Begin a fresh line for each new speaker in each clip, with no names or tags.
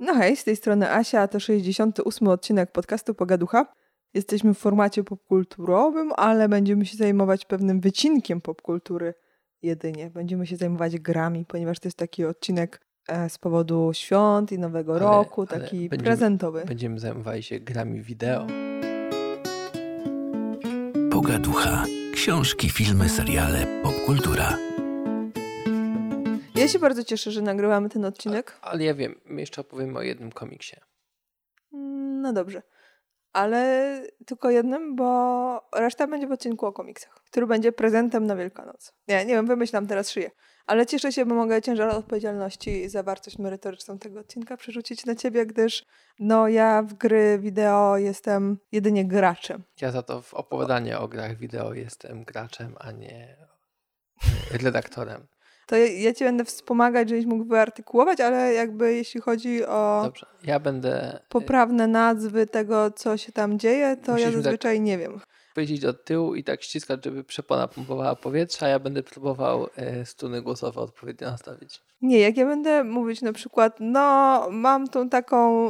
No hej, z tej strony Asia, to 68. odcinek podcastu Pogaducha. Jesteśmy w formacie popkulturowym, ale będziemy się zajmować pewnym wycinkiem popkultury jedynie. Będziemy się zajmować grami, ponieważ to jest taki odcinek z powodu świąt i Nowego Roku, taki prezentowy.
Będziemy zajmowali się grami wideo.
Pogaducha. Książki, filmy, seriale, popkultura.
Ja się bardzo cieszę, że nagrywamy ten odcinek.
Ale ja wiem, my jeszcze opowiemy o jednym komiksie.
No dobrze. Ale tylko jednym, bo reszta będzie w odcinku o komiksach, który będzie prezentem na Wielkanoc. Nie wiem, wymyślam, teraz szyję. Ale cieszę się, bo mogę ciężar odpowiedzialności za wartość merytoryczną tego odcinka przerzucić na ciebie, gdyż ja w gry wideo jestem jedynie graczem.
Ja za to w opowiadanie o grach wideo jestem graczem, a nie redaktorem.
To ja ci będę wspomagać, żebyś mógł wyartykułować, ale jakby jeśli chodzi o
Dobrze, ja będę
poprawne nazwy tego, co się tam dzieje, to ja zazwyczaj nie wiem.
Powiedzieć od tyłu i tak ściskać, żeby przepona pompowała powietrze, a ja będę próbował struny głosowe odpowiednio nastawić.
Nie, jak ja będę mówić na przykład, mam tą taką,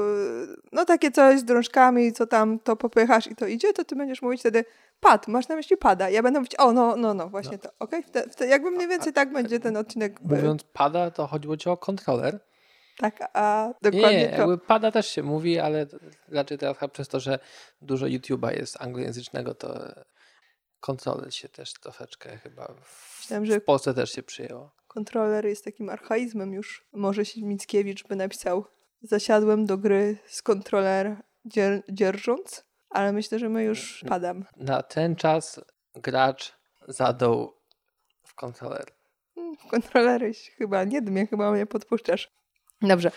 takie coś z drążkami, co tam to popychasz i to idzie, to ty będziesz mówić wtedy pad, masz na myśli pada. Ja będę mówić, właśnie to, okej? Jakby mniej więcej tak będzie ten odcinek.
Mówiąc pada, to chodziło ci o kontroler.
Tak, a dokładnie to.
Nie, pada też się mówi, ale raczej teraz przez to, że dużo YouTube'a jest anglojęzycznego, to kontroler się też troszeczkę chyba w Polsce też się przyjęło.
Kontroler jest takim archaizmem już. Może się Mickiewicz by napisał: zasiadłem do gry z kontroler dzierżąc, ale myślę, że my już padam.
Na ten czas gracz zadał w kontroler.
W kontrolery chyba nie dmie, chyba mnie podpuszczasz. Dobrze.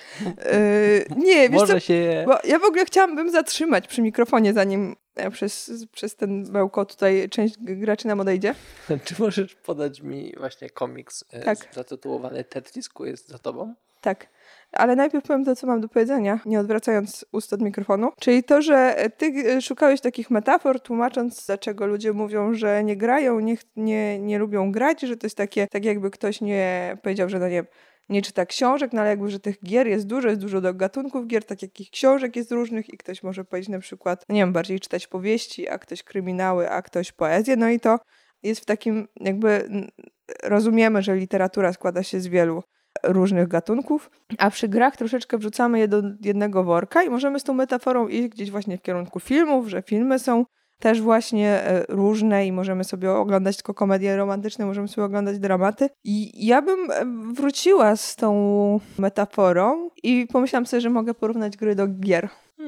Nie, wiesz
Może
co?
się...
Bo ja w ogóle chciałabym zatrzymać przy mikrofonie, zanim przez ten bełkot tutaj część graczy nam odejdzie.
Czy możesz podać mi właśnie komiks
tak.
zatytułowany Tetrisku jest za tobą?
Tak. Ale najpierw powiem to, co mam do powiedzenia, nie odwracając ust od mikrofonu. Czyli to, że ty szukałeś takich metafor, tłumacząc, dlaczego ludzie mówią, że nie grają, nie lubią grać, że to jest takie, tak jakby ktoś nie powiedział, że nie czyta książek, ale jakby, że tych gier jest dużo do gatunków gier, tak jak ich książek jest różnych i ktoś może powiedzieć na przykład, bardziej czytać powieści, a ktoś kryminały, a ktoś poezję, i to jest w takim jakby, rozumiemy, że literatura składa się z wielu różnych gatunków, a przy grach troszeczkę wrzucamy je do jednego worka i możemy z tą metaforą iść gdzieś właśnie w kierunku filmów, że filmy są też właśnie różne i możemy sobie oglądać tylko komedie romantyczne, możemy sobie oglądać dramaty. I ja bym wróciła z tą metaforą i pomyślałam sobie, że mogę porównać gry do gier.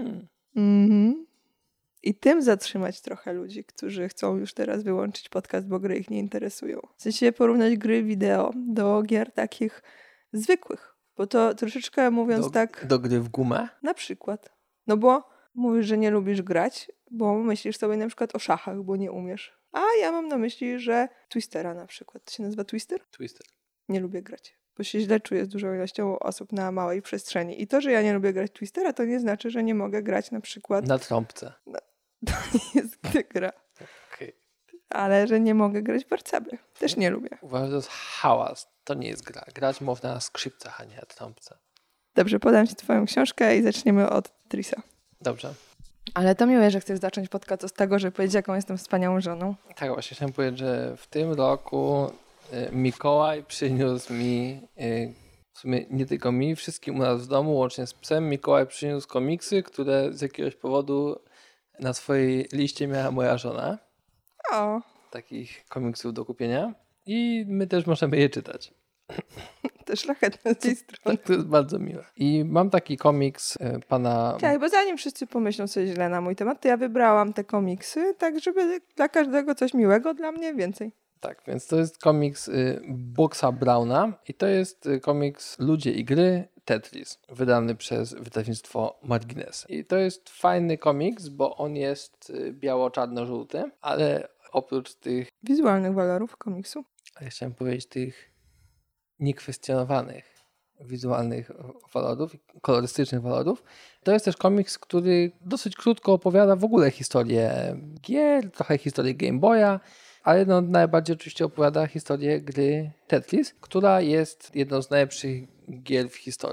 I tym zatrzymać trochę ludzi, którzy chcą już teraz wyłączyć podcast, bo gry ich nie interesują. W sensie porównać gry wideo do gier takich zwykłych. Bo to troszeczkę mówiąc tak...
Do gry w gumę?
Na przykład. Bo mówisz, że nie lubisz grać, bo myślisz sobie na przykład o szachach, bo nie umiesz. A ja mam na myśli, że Twistera na przykład. To się nazywa Twister?
Twister.
Nie lubię grać, bo się źle czuję z dużą ilością osób na małej przestrzeni. I to, że ja nie lubię grać Twistera, to nie znaczy, że nie mogę grać na przykład...
Na trąbce.
To nie jest gra.
Okay.
Ale że nie mogę grać w warcaby. Też nie lubię.
Uważam, że to jest hałas. To nie jest gra. Grać można na skrzypcach, a nie na trąbce.
Dobrze, podam ci twoją książkę i zaczniemy od Trisa.
Dobrze.
Ale to miłe, że chcesz zacząć podcast od tego, żeby powiedzieć, jaką jestem wspaniałą żoną.
Tak, właśnie chciałem powiedzieć, że w tym roku Mikołaj przyniósł mi, w sumie nie tylko mi, wszystkim u nas w domu, łącznie z psem, Mikołaj przyniósł komiksy, które z jakiegoś powodu na swojej liście miała moja żona.
O.
Takich komiksów do kupienia. I my też możemy je czytać.
To szlachetne z tej strony.
To jest bardzo miłe. I mam taki komiks pana...
Tak, bo zanim wszyscy pomyślą sobie źle na mój temat, to ja wybrałam te komiksy, tak żeby dla każdego coś miłego, dla mnie więcej.
Tak, więc to jest komiks Boxa Browna i to jest komiks Ludzie i gry Tetris, wydany przez wydawnictwo Margines. I to jest fajny komiks, bo on jest biało-czarno-żółty, ale oprócz tych...
wizualnych walorów komiksu.
Ale chciałem powiedzieć tych niekwestionowanych wizualnych walorów, kolorystycznych walorów. To jest też komiks, który dosyć krótko opowiada w ogóle historię gier, trochę historię Game Boya, ale najbardziej oczywiście opowiada historię gry Tetris, która jest jedną z najlepszych gier w historii.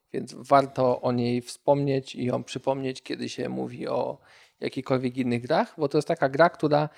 Więc warto o niej wspomnieć i ją przypomnieć, kiedy się mówi o jakichkolwiek innych grach, bo to jest taka gra, która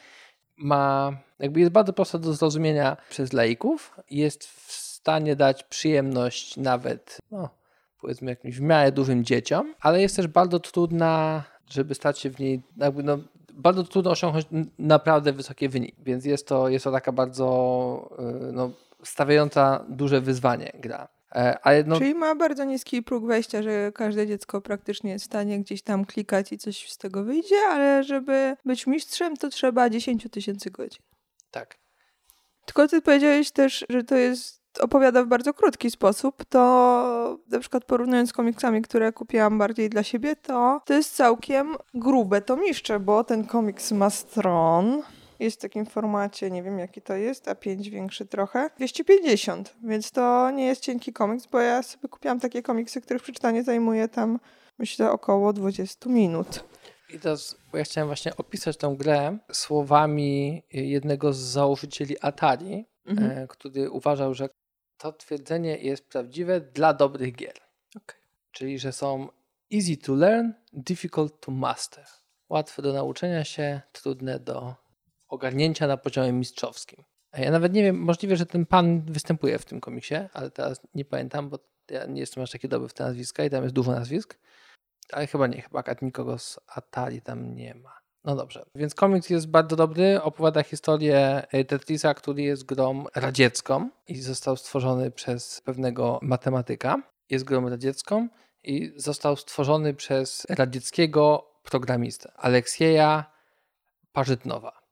jest bardzo prosta do zrozumienia przez laików. Jest w stanie dać przyjemność nawet, powiedzmy, jakimś w miarę dużym dzieciom, ale jest też bardzo trudna, żeby stać się w niej, bardzo trudno osiągnąć naprawdę wysokie wyniki. Więc jest to taka bardzo stawiająca duże wyzwanie gra.
Czyli ma bardzo niski próg wejścia, że każde dziecko praktycznie jest w stanie gdzieś tam klikać i coś z tego wyjdzie, ale żeby być mistrzem, to trzeba 10 000 godzin.
Tak.
Tylko ty powiedziałeś też, że to opowiada w bardzo krótki sposób, to na przykład porównując z komiksami, które kupiłam bardziej dla siebie, to jest całkiem grube tomiszcze, bo ten komiks ma stron. Jest w takim formacie, nie wiem jaki to jest, A5 większy trochę, 250, więc to nie jest cienki komiks, bo ja sobie kupiłam takie komiksy, których przeczytanie zajmuje tam, myślę, około 20 minut.
I teraz, bo ja chciałem właśnie opisać tę grę słowami jednego z założycieli Atari, który uważał, że to twierdzenie jest prawdziwe dla dobrych gier.
Okay.
Czyli, że są easy to learn, difficult to master. Łatwe do nauczenia się, trudne do ogarnięcia na poziomie mistrzowskim. Ja nawet nie wiem, możliwe, że ten pan występuje w tym komiksie, ale teraz nie pamiętam, bo ja nie jestem aż taki dobry w te nazwiska i tam jest dużo nazwisk. Ale chyba akurat nikogo z Atari tam nie ma. No dobrze, więc komiks jest bardzo dobry, opowiada historię Tetrisa, który jest grą radziecką i został stworzony przez pewnego matematyka. Jest grą radziecką i został stworzony przez radzieckiego programistę Aleksieja Parzytnowa.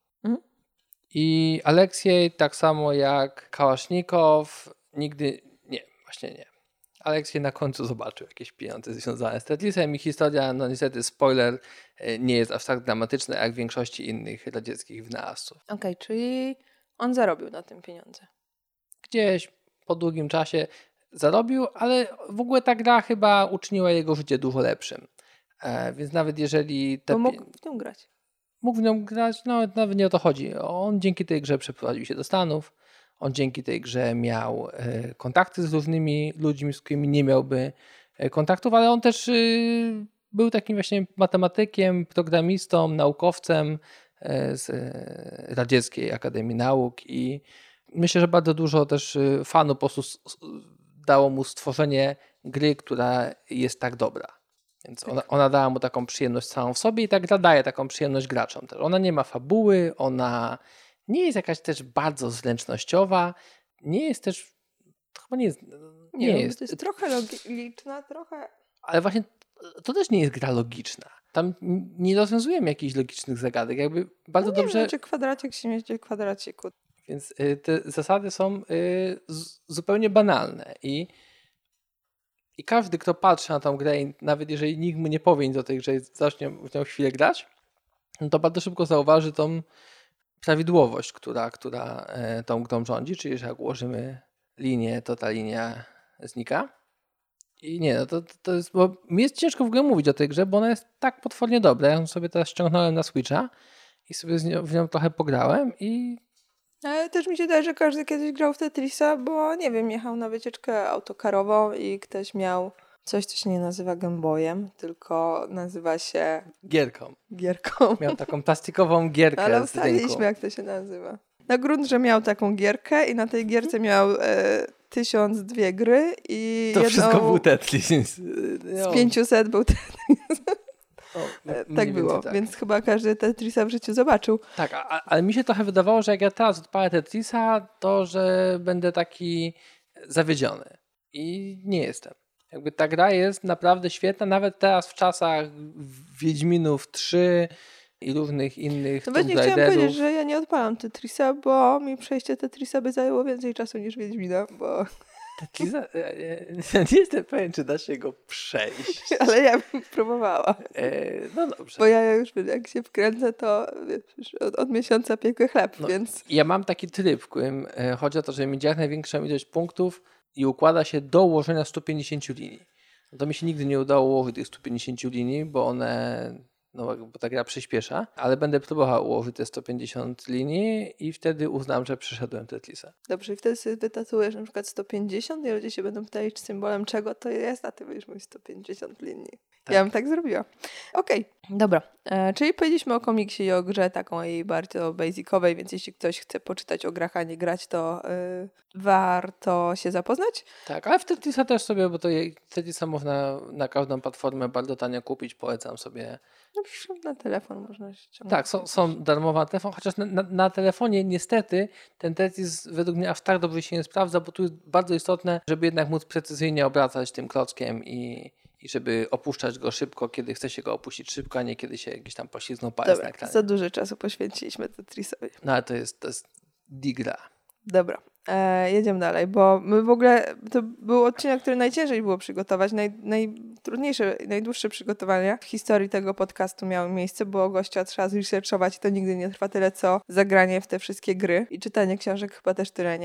I Aleksiej, tak samo jak Kałasznikow, nigdy nie. Aleksiej na końcu zobaczył jakieś pieniądze związane z Tetrisem i historia, niestety spoiler, nie jest aż tak dramatyczna jak w większości innych radzieckich wynalazców.
Okej, czyli on zarobił na tym pieniądze.
Gdzieś po długim czasie zarobił, ale w ogóle ta gra chyba uczyniła jego życie dużo lepszym. Więc nawet jeżeli...
Bo mógł w nią grać.
Mógł w nią grać, nawet nie o to chodzi. On dzięki tej grze przeprowadził się do Stanów. On dzięki tej grze miał kontakty z różnymi ludźmi, z którymi nie miałby kontaktów, ale on też był takim właśnie matematykiem, programistą, naukowcem z Radzieckiej Akademii Nauk i myślę, że bardzo dużo też fanów po prostu dało mu stworzenie gry, która jest tak dobra. Więc ona dała mu taką przyjemność całą w sobie i ta gra daje taką przyjemność graczom. Ona nie ma fabuły, ona nie jest jakaś też bardzo zręcznościowa, nie jest też, to chyba nie jest.
Nie jest. To jest trochę logiczna, trochę...
Ale właśnie to też nie jest gra logiczna. Tam nie rozwiązujemy jakichś logicznych zagadek. Jakby bardzo dobrze...
Czy kwadracik się mieści w kwadraciku.
Więc te zasady są zupełnie banalne i każdy, kto patrzy na tą grę, nawet jeżeli nikt mu nie powie nic o tej grze i zacznie w nią chwilę grać, no to bardzo szybko zauważy tą prawidłowość, która tą grą rządzi, czyli że jak ułożymy linię, to ta linia znika. I nie, to jest, bo mi jest ciężko w ogóle mówić o tej grze, bo ona jest tak potwornie dobra. Ja ją sobie teraz ściągnąłem na Switcha i sobie w nią trochę pograłem i...
Ale też mi się wydaje, że każdy kiedyś grał w Tetrisa, bo nie wiem, jechał na wycieczkę autokarową i ktoś miał coś, co się nie nazywa Game Boyem, tylko nazywa się...
Gierką.
Miał
taką plastikową gierkę
ale
z rynku.
ustaliliśmy, jak to się nazywa. Na grunt, że miał taką gierkę i na tej gierce miał 1002 gry i
to wszystko był Tetris.
Z 500 był Tetris. Tak było,
tak.
Więc chyba każdy Tetrisa w życiu zobaczył.
Tak, ale mi się trochę wydawało, że jak ja teraz odpalę Tetrisa, to że będę taki zawiedziony. I nie jestem. Jakby ta gra jest naprawdę świetna, nawet teraz w czasach Wiedźminów 3 i różnych innych
Tomb Raiderów. Chciałam powiedzieć, że ja nie odpalam Tetrisa, bo mi przejście Tetrisa by zajęło więcej czasu niż Wiedźmina, bo...
Tetrisa? Ja nie jestem pewien, czy da się go przejść.
Ale ja bym próbowała.
No dobrze.
Bo ja już jak się wkręcę, to wiesz, od miesiąca piekły chleb, więc...
Ja mam taki tryb, w którym chodzi o to, żeby mieć jak największą ilość punktów i układa się do ułożenia 150 linii. No to mi się nigdy nie udało ułożyć tych 150 linii, bo one no bo ta gra przyspiesza, ale będę próbował ułożyć te 150 linii i wtedy uznam, że przeszedłem Tetrisa.
Dobrze, i wtedy sobie wytatuujesz na przykład 150 i ludzie się będą pytali, czy symbolem czego to jest, a ty będziesz mówić 150 linii.
Tak.
Ja bym tak zrobiła. Okej, dobra. Czyli powiedzieliśmy o komiksie i o grze taką jej bardzo basicowej, więc jeśli ktoś chce poczytać o grach, a nie grać, to warto się zapoznać.
Tak, ale w Tetrisa też sobie, bo Tetrisa można na każdą platformę bardzo tanio kupić, polecam sobie.
No przecież na telefon można ściągnąć.
Tak, są darmowe na telefon, chociaż na telefonie niestety ten Tetris według mnie aż tak dobrze się nie sprawdza, bo tu jest bardzo istotne, żeby jednak móc precyzyjnie obracać tym klockiem i żeby opuszczać go szybko, kiedy chce się go opuścić szybko, a nie kiedy się gdzieś tam poślizgnął palec
Dobra,
na ekranie.
za dużo czasu poświęciliśmy Tetrisowi.
No ale to jest digra.
Dobra, jedziemy dalej, bo my w ogóle, to był odcinek, który najciężej było przygotować, najtrudniejsze, najdłuższe przygotowania w historii tego podcastu miały miejsce, bo gościa trzeba zresearchować i to nigdy nie trwa tyle, co zagranie w te wszystkie gry i czytanie książek chyba też tyle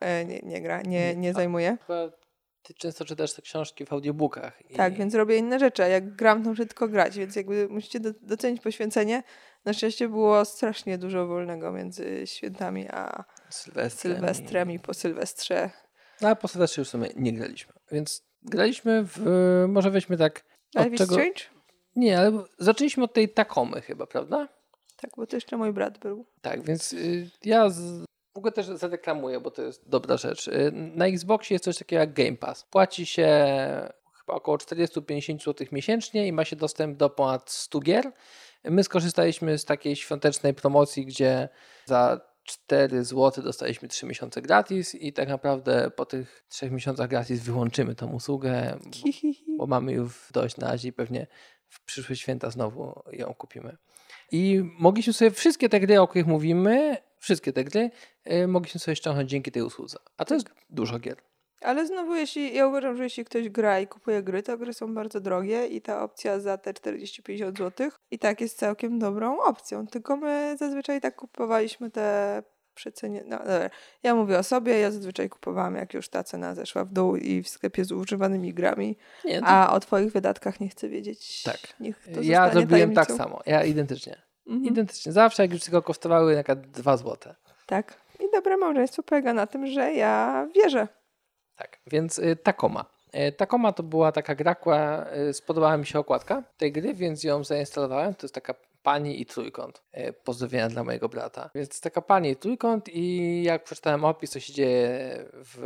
nie zajmuje.
Chyba ty często czytasz te książki w audiobookach.
Tak, więc robię inne rzeczy, a jak gram, to muszę tylko grać, więc jakby musicie docenić poświęcenie. Na szczęście było strasznie dużo wolnego między świętami a Sylwestrem i po Sylwestrze.
No, ale po Sylwestrze już w sumie nie graliśmy. Więc graliśmy może weźmy tak...
Life is Strange?
Nie, ale zaczęliśmy od tej Takomy chyba, prawda?
Tak, bo to jeszcze mój brat był.
Tak, więc ja w ogóle też zareklamuję, bo to jest dobra rzecz. Na Xboxie jest coś takiego jak Game Pass. Płaci się chyba około 40-50 zł miesięcznie i ma się dostęp do ponad 100 gier. My skorzystaliśmy z takiej świątecznej promocji, gdzie za 4 zł dostaliśmy 3 miesiące gratis i tak naprawdę po tych 3 miesiącach gratis wyłączymy tą usługę, bo mamy już dość na razie i pewnie w przyszłe święta znowu ją kupimy. I mogliśmy sobie wszystkie te gry, o których mówimy, mogliśmy sobie ściągnąć dzięki tej usłudze. A to jest dużo gier.
Ale znowu, ja uważam, że jeśli ktoś gra i kupuje gry, to gry są bardzo drogie i ta opcja za te 40-50 zł i tak jest całkiem dobrą opcją. Tylko my zazwyczaj tak kupowaliśmy te przecenie. No, dobra. Ja mówię o sobie, ja zazwyczaj kupowałam, jak już ta cena zeszła w dół i w sklepie z używanymi grami, a o twoich wydatkach nie chcę wiedzieć.
Tak.
Niech to
ja zrobiłem
tajemnicą.
tak samo. Ja identycznie. Identycznie. Zawsze jak już tylko kosztowały na przykład 2 zł.
Tak. I dobre małżeństwo polega na tym, że ja wierzę.
Tak, więc Takoma. Takoma to była taka gra, która spodobała mi się okładka tej gry, więc ją zainstalowałem. To jest taka pani i trójkąt. Pozdrowienia dla mojego brata. Więc to jest taka pani i trójkąt i jak przeczytałem opis, co się dzieje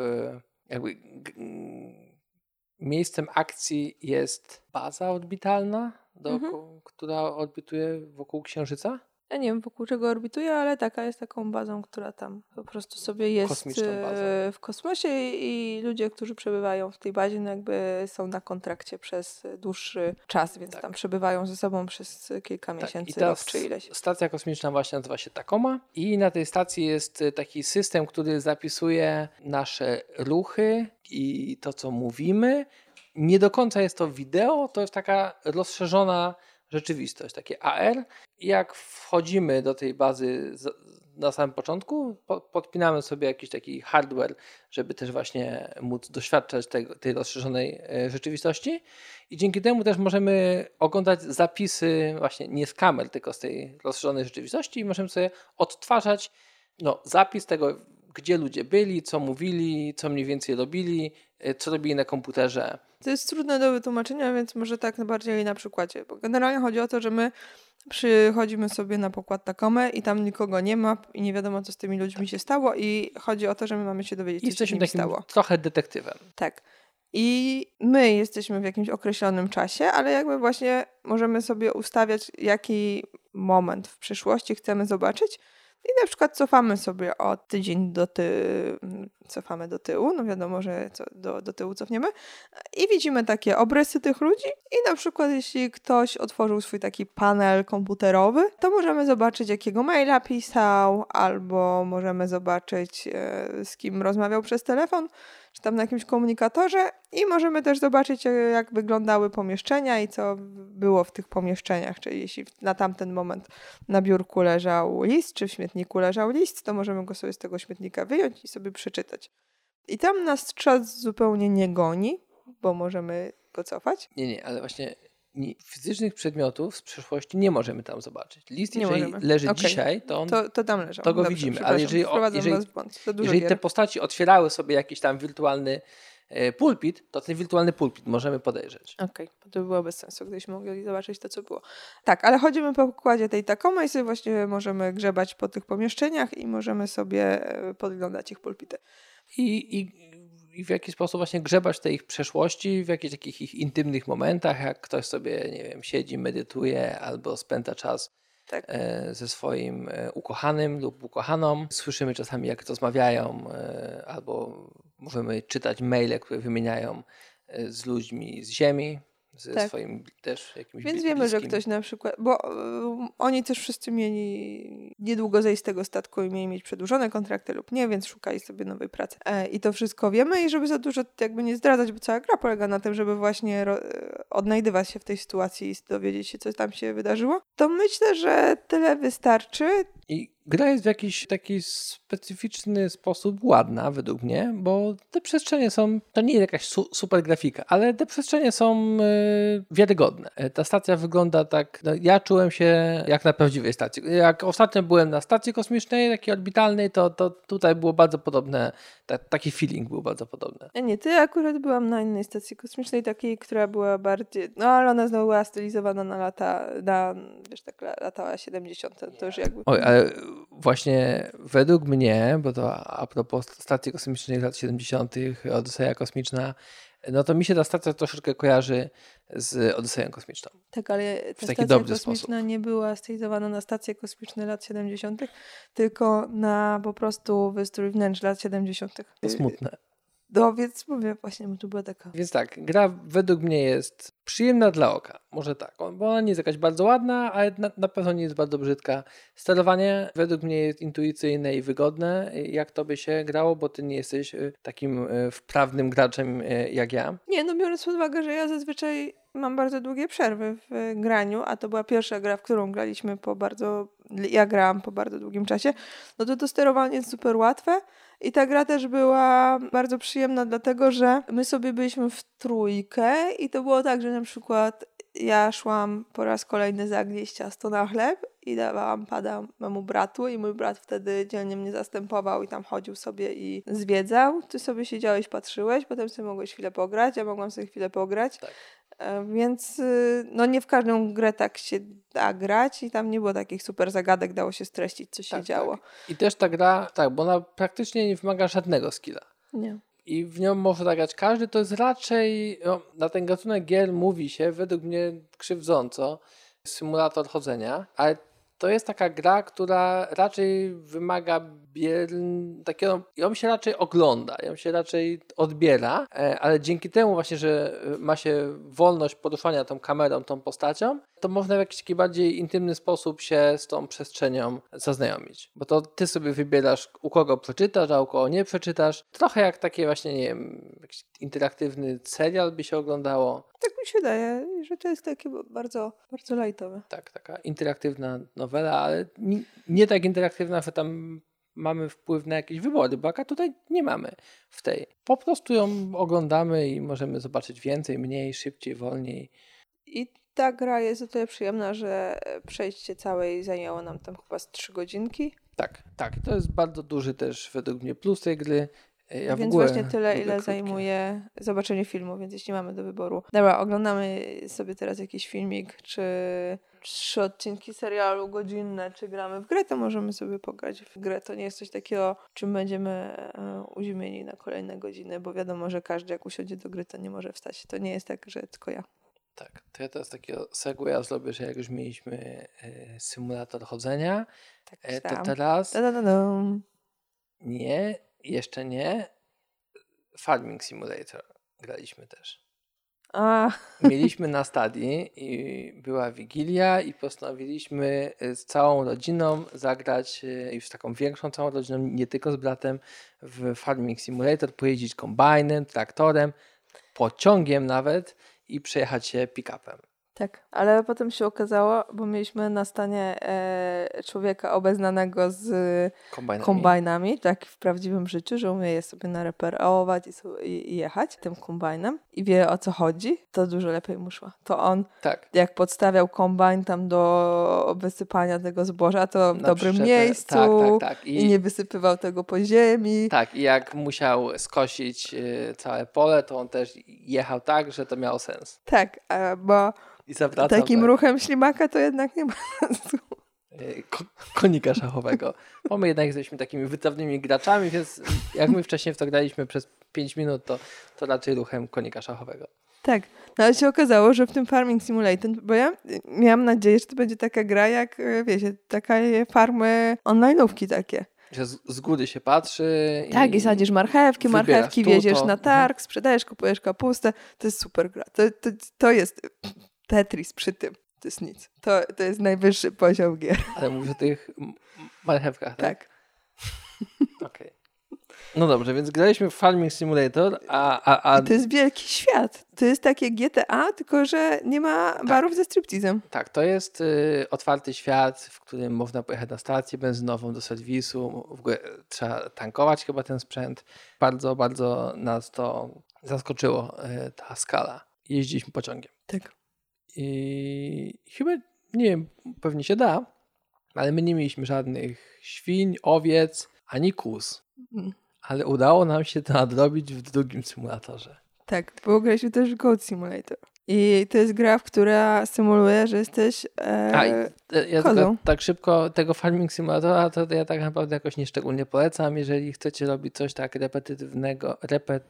miejscem akcji jest baza orbitalna, która orbituje wokół Księżyca.
Ja nie wiem, wokół czego orbituje, ale taka jest taką bazą, która tam po prostu sobie jest w kosmosie i ludzie, którzy przebywają w tej bazie, no jakby są na kontrakcie przez dłuższy czas, więc tam przebywają ze sobą przez kilka miesięcy, rok czy ileś.
Stacja kosmiczna właśnie nazywa się Takoma i na tej stacji jest taki system, który zapisuje nasze ruchy i to, co mówimy. Nie do końca jest to wideo, to jest taka rozszerzona rzeczywistość, takie AR. I jak wchodzimy do tej bazy na samym początku, podpinamy sobie jakiś taki hardware, żeby też właśnie móc doświadczać tej rozszerzonej rzeczywistości. I dzięki temu też możemy oglądać zapisy właśnie nie z kamer, tylko z tej rozszerzonej rzeczywistości i możemy sobie odtwarzać zapis tego, gdzie ludzie byli, co mówili, co mniej więcej robili, co robili na komputerze.
To jest trudne do wytłumaczenia, więc może tak bardziej na przykładzie. Bo generalnie chodzi o to, że my przychodzimy sobie na pokład Takomy i tam nikogo nie ma i nie wiadomo, co z tymi ludźmi się stało i chodzi o to, że my mamy się dowiedzieć, co się z nimi stało.
Trochę detektywem.
Tak. I my jesteśmy w jakimś określonym czasie, ale jakby właśnie możemy sobie ustawiać, jaki moment w przyszłości chcemy zobaczyć. I na przykład cofamy sobie o tydzień cofamy do tyłu, no wiadomo, że do tyłu cofniemy i widzimy takie obrysy tych ludzi i na przykład jeśli ktoś otworzył swój taki panel komputerowy, to możemy zobaczyć, jakiego maila pisał, albo możemy zobaczyć, z kim rozmawiał przez telefon, czy tam na jakimś komunikatorze i możemy też zobaczyć, jak wyglądały pomieszczenia i co było w tych pomieszczeniach, czyli jeśli na tamten moment na biurku leżał list, czy w śmietniku leżał list, to możemy go sobie z tego śmietnika wyjąć i sobie przeczytać. I tam nas czas zupełnie nie goni, bo możemy go cofać.
Nie, ale właśnie fizycznych przedmiotów z przeszłości nie możemy tam zobaczyć. List,
Nie
jeżeli
możemy.
leży
Okej.
dzisiaj,
To tam leżą.
to go
Dobrze,
widzimy. Ale
przepraszam,
jeżeli
was w błąd. To dużo
jeżeli
gier.
te postaci otwierały sobie jakiś tam wirtualny pulpit, to ten wirtualny pulpit możemy podejrzeć.
Okej, bo to by było bez sensu, gdybyśmy mogli zobaczyć to, co było. Tak, ale chodzimy po pokładzie tej Takomy i sobie właśnie możemy grzebać po tych pomieszczeniach i możemy sobie podglądać ich pulpity.
I w jaki sposób właśnie grzebać w tej ich przeszłości, w jakichś takich ich intymnych momentach, jak ktoś sobie, nie wiem, siedzi, medytuje albo spędza czas
Tak.
ze swoim ukochanym lub ukochaną. Słyszymy czasami, jak rozmawiają, albo możemy czytać maile, które wymieniają z ludźmi z Ziemi, ze swoim też jakimś
Więc
bliskim.
wiemy, że ktoś na przykład, bo oni też wszyscy mieli niedługo zejść z tego statku i mieli mieć przedłużone kontrakty lub nie, więc szukali sobie nowej pracy. I to wszystko wiemy i żeby za dużo jakby nie zdradzać, bo cała gra polega na tym, żeby właśnie odnajdywać się w tej sytuacji i dowiedzieć się, co tam się wydarzyło, to myślę, że tyle wystarczy.
I gra jest w jakiś taki specyficzny sposób ładna według mnie, bo te przestrzenie są, to nie jest jakaś super grafika, ale te przestrzenie są wiarygodne. Ta stacja wygląda tak, no, ja czułem się jak na prawdziwej stacji. Jak ostatnio byłem na stacji kosmicznej, takiej orbitalnej, to tutaj było bardzo podobne, taki feeling był bardzo podobny.
Nie, ty akurat byłam na innej stacji kosmicznej, takiej, która była bardziej, no ale ona znowu była stylizowana na lata, wiesz, tak lata 70. To już jakby...
Oj, ale właśnie według mnie, bo to a propos stacji kosmicznej lat 70., Odyseja kosmiczna, no to mi się ta stacja troszeczkę kojarzy z Odyseją kosmiczną.
Tak, ale ta
taki
stacja
dobry
kosmiczna
sposób.
nie była stylizowana na stacje kosmiczne lat 70., tylko na po prostu wystrój wnętrz lat 70.
To smutne.
No więc mówię właśnie, bo tu była taka...
Więc tak, gra według mnie jest przyjemna dla oka. Może tak, bo ona nie jest jakaś bardzo ładna, ale na pewno nie jest bardzo brzydka. Sterowanie według mnie jest intuicyjne i wygodne, jak to by się grało, bo ty nie jesteś takim wprawnym graczem jak ja.
Nie, no biorąc pod uwagę, że ja zazwyczaj mam bardzo długie przerwy w graniu, a to była pierwsza gra, w którą graliśmy ja grałam po bardzo długim czasie, no to sterowanie jest super łatwe i ta gra też była bardzo przyjemna, dlatego że my sobie byliśmy w trójkę i to było tak, że na przykład ja szłam po raz kolejny zagnieść ciasto na chleb i dawałam pada memu bratu i mój brat wtedy dzielnie mnie zastępował i tam chodził sobie i zwiedzał. Ty sobie siedziałeś, patrzyłeś, potem sobie mogłeś chwilę pograć, ja mogłam sobie chwilę pograć.
Tak.
Więc no nie w każdą grę tak się da grać i tam nie było takich super zagadek, dało się streścić, co się działo.
Tak. I też ta gra, tak, bo ona praktycznie nie wymaga żadnego skilla.
Nie.
I w nią może zagrać każdy, to jest raczej, no, na ten gatunek gier mówi się, według mnie krzywdząco, symulator chodzenia, ale to jest taka gra, która raczej wymaga takiego, ją się raczej ogląda, ją się raczej odbiera, ale dzięki temu właśnie, że ma się wolność poruszania tą kamerą, tą postacią, to można w jakiś taki bardziej intymny sposób się z tą przestrzenią zaznajomić. Bo to ty sobie wybierasz, u kogo przeczytasz, a u kogo nie przeczytasz. Trochę jak takie właśnie, nie wiem, jakiś interaktywny serial by się oglądało.
Tak mi się wydaje, że to jest takie bardzo, bardzo lajtowe.
Tak, taka interaktywna nowela, ale nie tak interaktywna, że tam mamy wpływ na jakieś wybory, bo tutaj nie mamy w tej. Po prostu ją oglądamy i możemy zobaczyć więcej, mniej, szybciej, wolniej.
I ta gra jest o tyle przyjemna, że przejście całej zajęło nam tam chyba z 3 godzinki.
Tak. To jest bardzo duży też według mnie plus tej gry. Ja
więc właśnie tyle, ile zajmuje zobaczenie filmu, więc jeśli mamy do wyboru. Dobra, oglądamy sobie teraz jakiś filmik, czy 3 odcinki serialu godzinne, czy gramy w grę, to możemy sobie pograć w grę. To nie jest coś takiego, czym będziemy uziemieni na kolejne godziny, bo wiadomo, że każdy jak usiądzie do gry, to nie może wstać. To nie jest tak, że tylko ja.
Tak, to ja teraz takiego segwaya zrobię, że jak już mieliśmy symulator chodzenia,
Tak,
to teraz jeszcze nie. Farming Simulator graliśmy też. Mieliśmy na stadii i była Wigilia i postanowiliśmy z całą rodziną zagrać, już taką większą całą rodziną, nie tylko z bratem, w Farming Simulator, pojeździć kombajnem, traktorem, pociągiem nawet i przejechać się pick-upem.
Tak, ale potem się okazało, bo mieliśmy na stanie człowieka obeznanego z kombajnami, tak w prawdziwym życiu, że umie je sobie nareperować i jechać tym kombajnem i wie, o co chodzi, to dużo lepiej mu szło. To on, jak podstawiał kombajn tam do wysypania tego zboża, to w dobrym miejscu i nie wysypywał tego po ziemi.
Tak, i jak musiał skosić całe pole, to on też jechał tak, że to miało sens.
Tak, bo takim ruchem ślimaka to jednak nie ma sensu.
Konika szachowego. Bo my jednak jesteśmy takimi wytrawnymi graczami, więc jak my wcześniej w to graliśmy przez 5 minut, to raczej ruchem konika szachowego.
Tak, no ale się okazało, że w tym Farming Simulator, bo ja miałam nadzieję, że to będzie taka gra jak, wiecie, takie farmy online'ówki takie.
Że z góry się patrzy.
Tak, i sadzisz marchewki wieziesz na targ, sprzedajesz, kupujesz kapustę. To jest super gra. To jest Tetris przy tym. To jest nic. To jest najwyższy poziom gier.
Ale mówisz o tych marchewkach, tak?
Tak.
Okej. No dobrze, więc graliśmy w Farming Simulator,
I to jest wielki świat. To jest takie GTA, tylko że nie ma barów ze striptizem.
Tak, to jest otwarty świat, w którym można pojechać na stację benzynową do serwisu. W ogóle trzeba tankować chyba ten sprzęt. Bardzo, bardzo nas to zaskoczyło, ta skala. Jeździliśmy pociągiem.
Tak.
I chyba, nie wiem, pewnie się da, ale my nie mieliśmy żadnych świń, owiec, ani kóz. Ale udało nam się to nadrobić w drugim symulatorze.
Tak, bo graliśmy też w Goat Simulator. I to jest gra, która symuluje, że jesteś
ja
kozą.
Tak szybko tego Farming Simulatora to ja tak naprawdę jakoś nieszczególnie polecam. Jeżeli chcecie robić coś tak repetytywnego,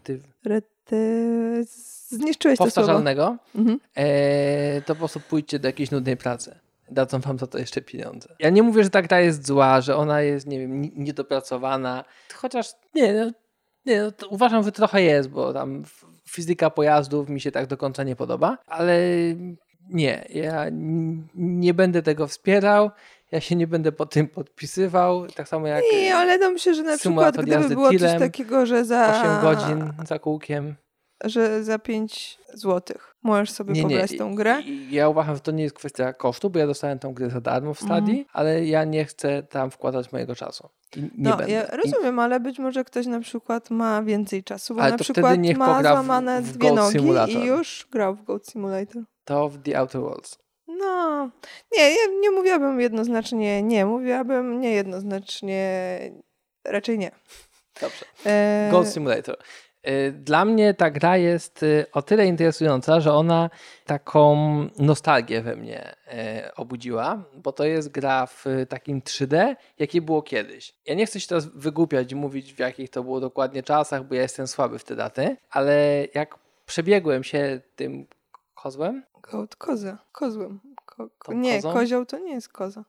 zniszczyłeś to słowo.
Powtarzalnego, to po prostu pójdźcie do jakiejś nudnej pracy. Dadzą wam za to jeszcze pieniądze. Ja nie mówię, że ta gra jest zła, że ona jest, nie wiem, niedopracowana. Chociaż uważam, że trochę jest, bo tam fizyka pojazdów mi się tak do końca nie podoba. Ale nie, ja nie będę tego wspierał. Ja się nie będę po tym podpisywał. Tak samo jak
nie, ale no myślę, że na przykład gdyby było coś takiego, że za
8 godzin za kółkiem,
że za 5 zł możesz sobie pobrać tą grę.
Ja uważam, że to nie jest kwestia kosztu, bo ja dostałem tą grę za darmo w Stadii, ale ja nie chcę tam wkładać mojego czasu. Nie będę.
Ja rozumiem, ale być może ktoś na przykład ma więcej czasu, bo
ale
na
to
przykład ma złamane
w
2 nogi
Simulator.
I już grał w Goat Simulator.
To w The Outer Worlds.
No, nie, ja nie mówiłabym jednoznacznie nie, mówiłabym niejednoznacznie, raczej nie.
Dobrze. Goat Simulator. Dla mnie ta gra jest o tyle interesująca, że ona taką nostalgię we mnie obudziła, bo to jest gra w takim 3D, jakie było kiedyś. Ja nie chcę się teraz wygłupiać i mówić, w jakich to było dokładnie czasach, bo ja jestem słaby w te daty, ale jak przebiegłem się tym kozłem?
Kozłem.
Kozą?
Kozioł to nie jest koza.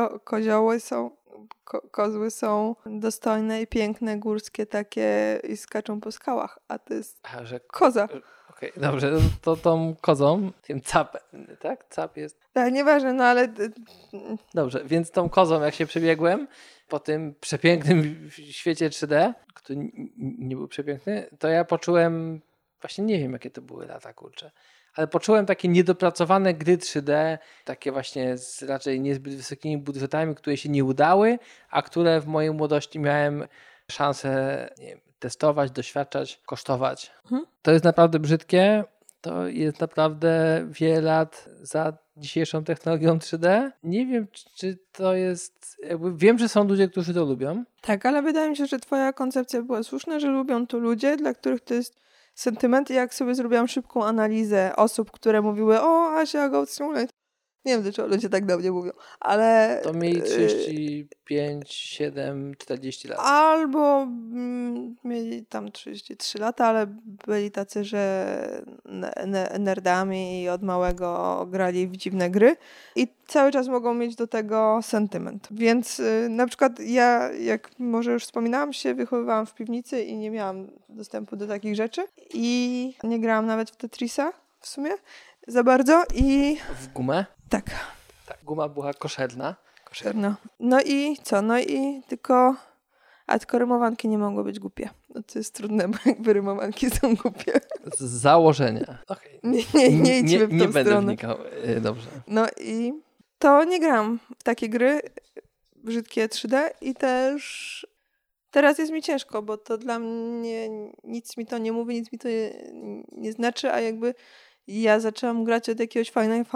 Kozły są dostojne i piękne, górskie takie i skaczą po skałach, a to jest koza.
Okej, dobrze, to tą kozą, tym capem, tak? Cap jest...
Tak, nieważne, no ale...
Dobrze, więc tą kozą jak się przebiegłem po tym przepięknym świecie 3D, który nie był przepiękny, to ja poczułem, właśnie nie wiem jakie to były lata, kurczę, ale poczułem takie niedopracowane gry 3D, takie właśnie z raczej niezbyt wysokimi budżetami, które się nie udały, a które w mojej młodości miałem szansę testować, doświadczać, kosztować. To jest naprawdę brzydkie. To jest naprawdę wiele lat za dzisiejszą technologią 3D. Nie wiem, czy to jest... Wiem, że są ludzie, którzy to lubią.
Tak, ale wydaje mi się, że twoja koncepcja była słuszna, że lubią to ludzie, dla których to jest sentyment. Jak sobie zrobiłam szybką analizę osób, które mówiły: o, Asia, Goat Simulator. Nie wiem, dlaczego ludzie tak do mnie mówią, ale...
To mieli 35, 7, 40 lat.
Albo mieli tam 33 lata, ale byli tacy, że nerdami i od małego grali w dziwne gry i cały czas mogą mieć do tego sentyment. Więc na przykład ja, jak może już wspominałam, się wychowywałam w piwnicy i nie miałam dostępu do takich rzeczy i nie grałam nawet w Tetrisa w sumie za bardzo i...
W gumę?
Tak.
Guma była koszerna.
No i co? No i tylko... A tylko rymowanki nie mogły być głupie. No to jest trudne, bo jakby rymowanki są głupie.
Z założenia. Okay.
Nie idźmy w tą
nie będę
stronę.
wnikał. Dobrze.
No i to nie gram w takie gry brzydkie 3D i też teraz jest mi ciężko, bo to dla mnie nic mi to nie mówi, nic mi to nie znaczy, a jakby ja zaczęłam grać od jakiegoś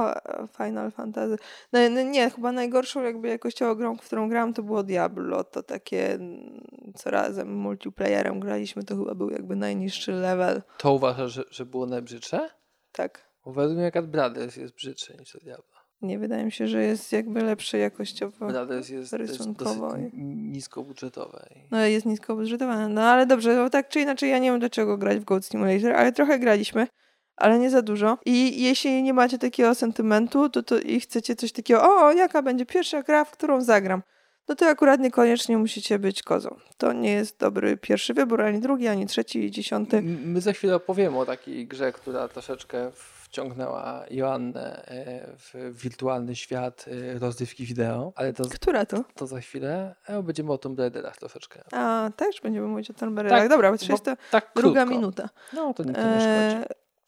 Final Fantasy. Nie, chyba najgorszą jakby jakościowo grą, w którą grałam, to było Diablo. To takie, co razem multiplayerem graliśmy, to chyba był jakby najniższy level.
To uważasz, że było najbrzydsze?
Tak.
Bo według mnie Cat Brothers jest brzydszy niż to Diablo.
Nie, wydaje mi się, że jest jakby lepszy jakościowo.
Brothers jest
rysunkowo.
dosyć niskobudżetowe.
No jest niskobudżetowane. No ale dobrze, no, tak czy inaczej ja nie wiem dlaczego grać w Goat Simulator, ale trochę graliśmy. Ale nie za dużo. I jeśli nie macie takiego sentymentu, to i chcecie coś takiego, jaka będzie pierwsza gra, w którą zagram, no to akurat niekoniecznie musicie być kozą. To nie jest dobry pierwszy wybór, ani drugi, ani trzeci, 10.
My za chwilę opowiemy o takiej grze, która troszeczkę wciągnęła Joannę w wirtualny świat rozrywki wideo. Ale to,
która to?
To za chwilę. Będziemy o Tomb Raiderach troszeczkę.
A, też będziemy mówić o Tomb Raiderach.
Tak,
dobra, bo jest to
tak
druga
krótko.
minuta.
No to nie szkodzi.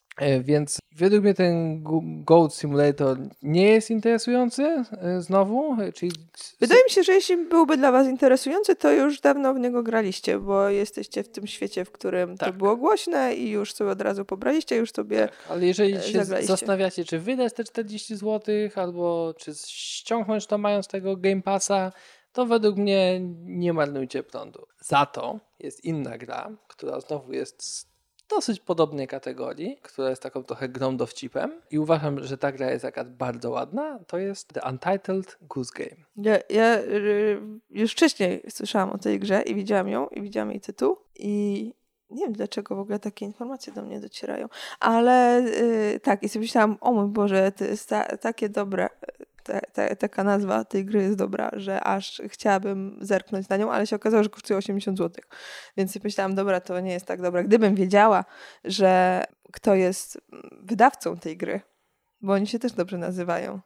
Więc według mnie ten Goat Simulator nie jest interesujący znowu. Czyli...
Wydaje mi się, że jeśli byłby dla was interesujący, to już dawno w niego graliście, bo jesteście w tym świecie, w którym to było głośne i już sobie od razu pobraliście, już sobie
tak, ale jeżeli się
zagraliście.
zastanawiacie, czy wydać te 40 zł, albo czy ściągnąć to mając tego Game Passa, to według mnie nie marnujcie prądu. Za to jest inna gra, która znowu jest dosyć podobnej kategorii, która jest taką trochę grą dowcipem i uważam, że ta gra jest jakaś bardzo ładna, to jest The Untitled Goose Game.
Ja już wcześniej słyszałam o tej grze i widziałam ją, i widziałam jej tytuł i nie wiem dlaczego w ogóle takie informacje do mnie docierają, ale tak, i sobie myślałam, o mój Boże, to jest takie dobre, taka nazwa tej gry jest dobra, że aż chciałabym zerknąć na nią, ale się okazało, że kosztuje 80 zł. Więc sobie myślałam, dobra, to nie jest tak dobre. Gdybym wiedziała, że kto jest wydawcą tej gry, bo oni się też dobrze nazywają.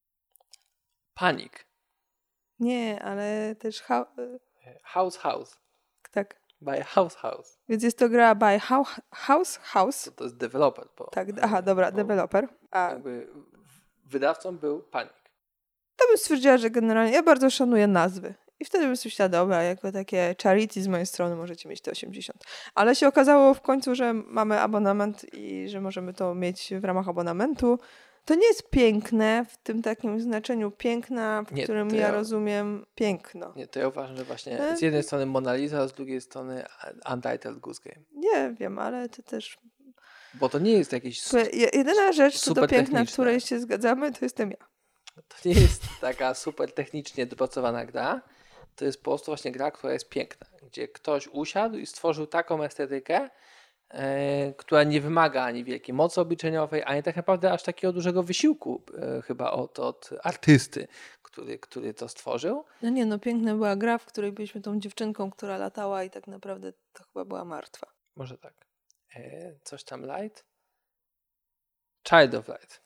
Panic.
Nie, ale też
House.
Tak.
By House.
Więc jest to gra by House.
To jest deweloper.
Tak, aha, dobra, deweloper. A
jakby wydawcą był Panic.
To bym stwierdziła, że generalnie ja bardzo szanuję nazwy. I wtedy bym stwierdziła, dobra, jako takie charity z mojej strony możecie mieć te 80. Ale się okazało w końcu, że mamy abonament i że możemy to mieć w ramach abonamentu. To nie jest piękne w tym takim znaczeniu piękna, w którym ja rozumiem piękno.
Nie, to ja uważam, że właśnie z jednej strony Mona Lisa, a z drugiej strony Untitled Goose Game.
Nie wiem, ale to też...
Bo to nie jest jakieś
jedyna rzecz, co do piękna,
techniczne.
w której się zgadzamy, to jestem ja.
To nie jest taka super technicznie dopracowana gra. To jest po prostu właśnie gra, która jest piękna. Gdzie ktoś usiadł i stworzył taką estetykę, która nie wymaga ani wielkiej mocy obliczeniowej, ani tak naprawdę aż takiego dużego wysiłku chyba od artysty, który to stworzył.
No piękna była gra, w której byliśmy tą dziewczynką, która latała i tak naprawdę to chyba była martwa.
Może tak. Coś tam Light? Child of Light.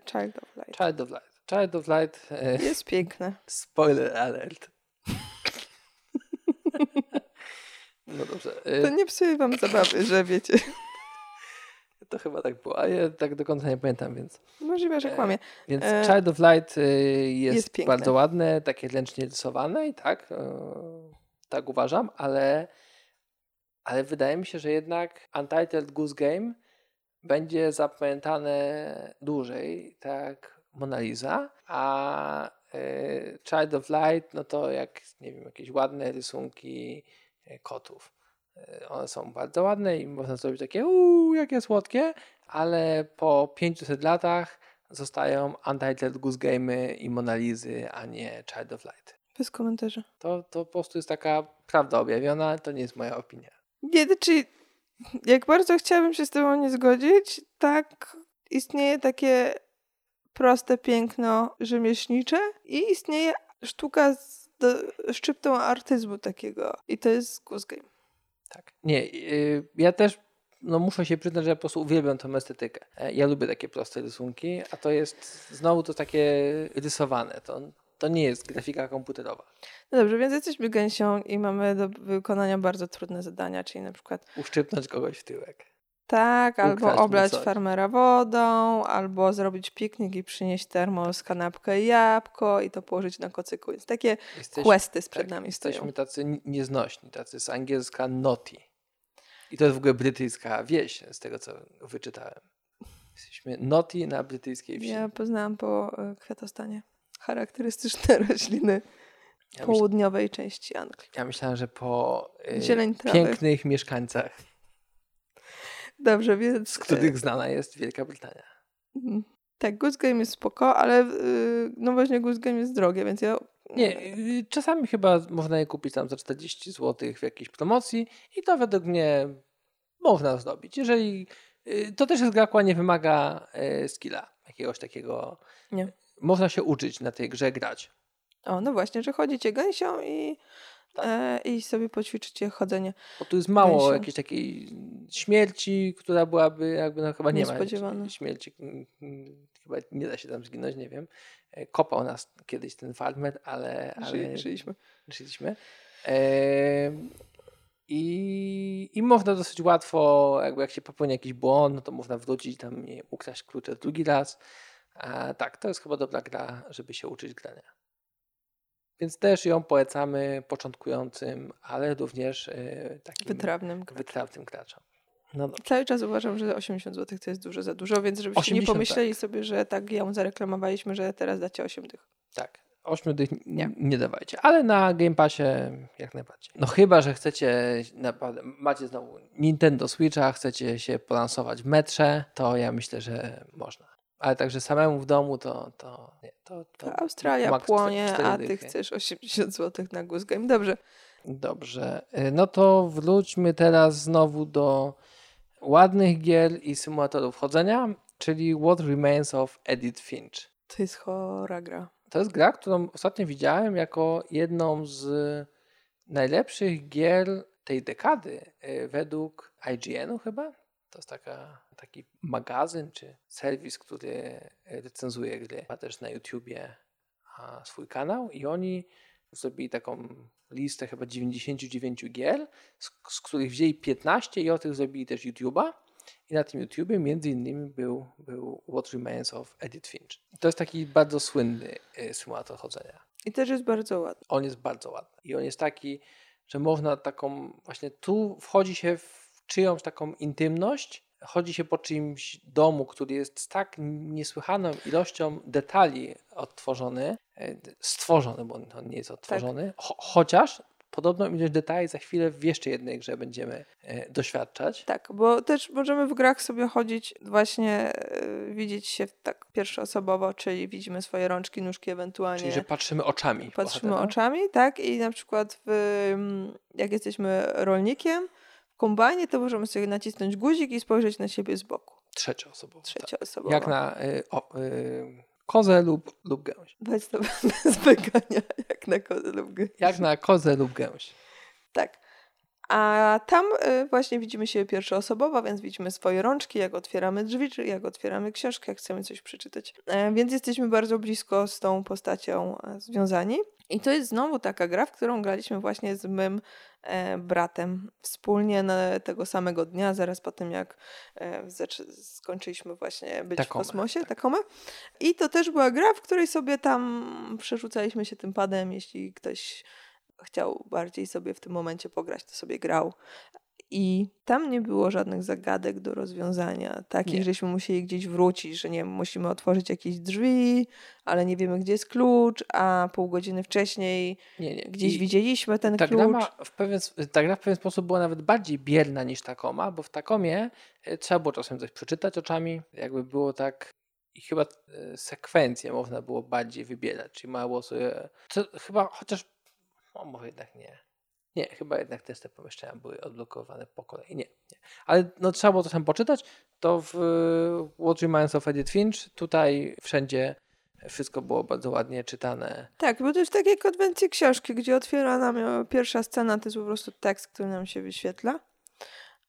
Child of Light.
Jest piękne.
Spoiler alert. No dobrze.
To nie psuje wam zabawy, że wiecie.
To chyba tak było, a ja tak do końca nie pamiętam, więc...
Możliwe, że kłamie.
Więc Child of Light jest bardzo ładne, takie ręcznie rysowane i tak uważam, ale wydaje mi się, że jednak Untitled Goose Game będzie zapamiętane dłużej, tak Mona Lisa, a Child of Light, no to jak, nie wiem, jakieś ładne rysunki kotów. One są bardzo ładne i można zrobić takie jakie słodkie, ale po 500 latach zostają Untitled Goose Game'y i Mona Lisy, a nie Child of Light.
Bez komentarzy.
To po prostu jest taka prawda objawiona, to nie jest moja opinia.
Nie, znaczy jak bardzo chciałabym się z tobą nie zgodzić, tak istnieje takie proste piękno rzemieślnicze i istnieje sztuka z szczyptą artyzmu takiego i to jest Goose Game.
Tak. Nie, ja też muszę się przyznać, że ja po prostu uwielbiam tę estetykę. Ja lubię takie proste rysunki, a to jest znowu to takie rysowane. To to nie jest grafika komputerowa.
No dobrze, więc jesteśmy gęsią i mamy do wykonania bardzo trudne zadania, czyli na przykład
Uszczypnąć kogoś w tyłek.
tak, albo
Ukraść mu
oblać
coś.
farmera wodą, albo zrobić piknik i przynieść termos, kanapkę i jabłko i to położyć na kocyku. Więc takie questy przed nami stoją.
Jesteśmy tacy nieznośni, tacy z angielska naughty. I to jest w ogóle brytyjska wieś, z tego co wyczytałem. Jesteśmy naughty na brytyjskiej wsi.
Ja poznałam po kwiatostanie. Charakterystyczne rośliny południowej części Anglii.
Ja myślałem, że po
Zieleń trawy.
pięknych mieszkańcach,
Dobrze, więc...
z których znana jest Wielka Brytania.
Tak, Goose Game jest spoko, ale no właśnie Goose Game jest drogie, więc ja...
Nie, czasami chyba można je kupić tam za 40 zł w jakiejś promocji i to według mnie można zrobić. Jeżeli to też jest gra, która nie wymaga skilla jakiegoś takiego.
Nie.
Można się uczyć na tej grze grać.
O, no właśnie, że chodzicie gęsią i sobie poćwiczycie chodzenie.
Bo tu jest mało
gęsią.
jakiejś takiej śmierci, która byłaby jakby, no chyba nie ma
Niespodziewana.
śmierci. Chyba nie da się tam zginąć, nie wiem. Kopał nas kiedyś ten farmer, ale żyliśmy. I można dosyć łatwo, jakby jak się popełni jakiś błąd, no to można wrócić tam i ukraść klucze drugi raz. Tak, to jest chyba dobra gra, żeby się uczyć grania. Więc też ją polecamy początkującym, ale również takim wytrawnym graczom. No
cały czas uważam, że 80 zł to jest dużo za dużo, więc żebyście nie pomyśleli sobie, że tak ją zareklamowaliśmy, że teraz dacie 8 dych.
Tak, 8 dych nie dawajcie, ale na Game Passie jak najbardziej. No chyba, że chcecie, naprawdę macie znowu Nintendo Switcha, chcecie się polansować w metrze, to ja myślę, że można. Ale także samemu w domu to nie. To
Australia płonie, a ty chcesz 80 zł na Goose Game. Dobrze.
No to wróćmy teraz znowu do ładnych gier i symulatorów chodzenia, czyli What Remains of Edith Finch.
To jest chora gra.
To jest gra, którą ostatnio widziałem jako jedną z najlepszych gier tej dekady według IGN-u chyba. To jest taki magazyn czy serwis, który recenzuje gry. Ma też na YouTubie swój kanał i oni zrobili taką listę chyba 99 gier, z których wzięli 15 i o tych zrobili też YouTube'a. I na tym YouTubie między innymi był What Remains of Edith Finch. To jest taki bardzo słynny symulator chodzenia.
I też jest bardzo ładny.
On jest bardzo ładny. I on jest taki, że można taką, właśnie tu wchodzi się w czyjąś taką intymność, chodzi się po czyimś domu, który jest z tak niesłychaną ilością detali stworzony, bo on nie jest odtworzony, tak. Chociaż podobną ilość detali za chwilę w jeszcze jednej grze będziemy doświadczać.
Tak, bo też możemy w grach sobie chodzić, właśnie widzieć się tak pierwszoosobowo, czyli widzimy swoje rączki, nóżki ewentualnie.
Czyli, że patrzymy oczami.
Oczami, tak, i na przykład jak jesteśmy rolnikiem, w kombajnie, to możemy sobie nacisnąć guzik i spojrzeć na siebie z boku.
Trzecioosobowo.
Trzecioosobowo.
Jak na kozę lub gęś.
Bez wygania, jak na kozę lub gęś.
Jak na kozę lub gęś.
Tak. A tam właśnie widzimy się pierwszoosobowo, więc widzimy swoje rączki, jak otwieramy drzwi, czy jak otwieramy książkę, jak chcemy coś przeczytać. Więc jesteśmy bardzo blisko z tą postacią związani. I to jest znowu taka gra, w którą graliśmy właśnie z mym bratem wspólnie tego samego dnia, zaraz po tym jak skończyliśmy właśnie być w kosmosie, Takomę. I to też była gra, w której sobie tam przerzucaliśmy się tym padem, jeśli ktoś chciał bardziej sobie w tym momencie pograć, to sobie grał. I tam nie było żadnych zagadek do rozwiązania, takich, żeśmy musieli gdzieś wrócić, że nie musimy otworzyć jakieś drzwi, ale nie wiemy, gdzie jest klucz, a pół godziny wcześniej gdzieś widzieliśmy ten klucz.
Ta gra w pewien sposób była nawet bardziej bierna niż Takoma, bo w Takomie trzeba było czasem coś przeczytać oczami, jakby było tak i chyba sekwencje można było bardziej wybierać, czyli mało sobie, chyba chociaż może jednak nie. Nie, chyba jednak te pomieszczenia były odblokowane po kolei. Nie. Ale trzeba było to tam poczytać. To w What Remains of Edith Finch tutaj wszędzie wszystko było bardzo ładnie czytane.
Tak, bo to jest takie konwencje książki, gdzie otwiera nam pierwsza scena, to jest po prostu tekst, który nam się wyświetla.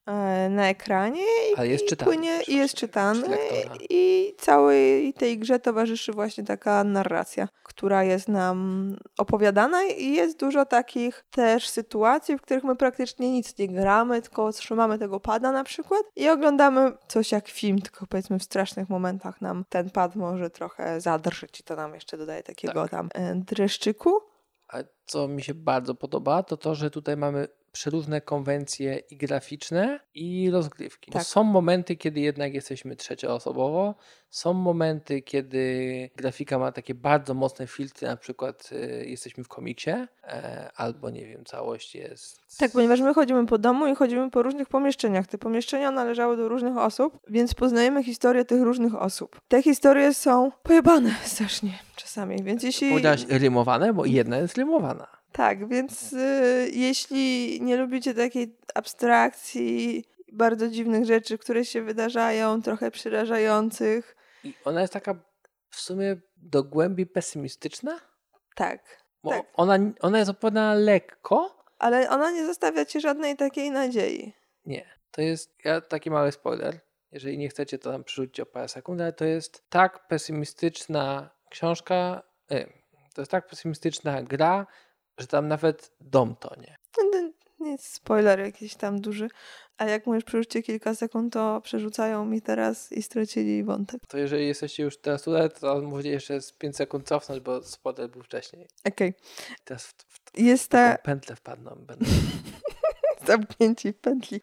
na ekranie
Ale jest
i
czytany
płynie
też
i jest
właśnie,
czytany
przez lektora.
i całej tej grze towarzyszy właśnie taka narracja, która jest nam opowiadana i jest dużo takich też sytuacji, w których my praktycznie nic nie gramy, tylko trzymamy tego pada na przykład i oglądamy coś jak film, tylko powiedzmy w strasznych momentach nam ten pad może trochę zadrżyć i to nam jeszcze dodaje takiego tam dreszczyku.
A co mi się bardzo podoba, to to, że tutaj mamy przeróżne konwencje i graficzne, i rozgrywki.
Tak.
Bo są momenty, kiedy jednak jesteśmy trzecioosobowo, są momenty, kiedy grafika ma takie bardzo mocne filtry, na przykład jesteśmy w komiksie, albo nie wiem, całość jest...
Tak, ponieważ my chodzimy po domu i chodzimy po różnych pomieszczeniach. Te pomieszczenia należały do różnych osób, więc poznajemy historię tych różnych osób. Te historie są pojebane strasznie czasami, więc jeśli...
Powiedziałaś rymowane, bo jedna jest rymowana.
Tak, więc jeśli nie lubicie takiej abstrakcji, bardzo dziwnych rzeczy, które się wydarzają, trochę przerażających.
I ona jest taka w sumie do głębi pesymistyczna?
Tak,
Bo
tak.
ona jest opowiadana lekko.
Ale ona nie zostawia ci żadnej takiej nadziei.
Nie, to jest, taki mały spoiler, jeżeli nie chcecie, to tam przerzućcie o parę sekund, ale to jest tak pesymistyczna książka, to jest tak pesymistyczna gra, że tam nawet dom tonie.
Nie jest spoiler jakiś tam duży, a jak mówisz przerzućcie kilka sekund, to przerzucają mi teraz i stracili wątek.
To jeżeli jesteście już teraz tutaj, to możecie jeszcze z 5 sekund cofnąć, bo spoiler był wcześniej.
Okej.
Teraz w
Jest
taką pętlę wpadną. Będę...
Zamknięci w pętli.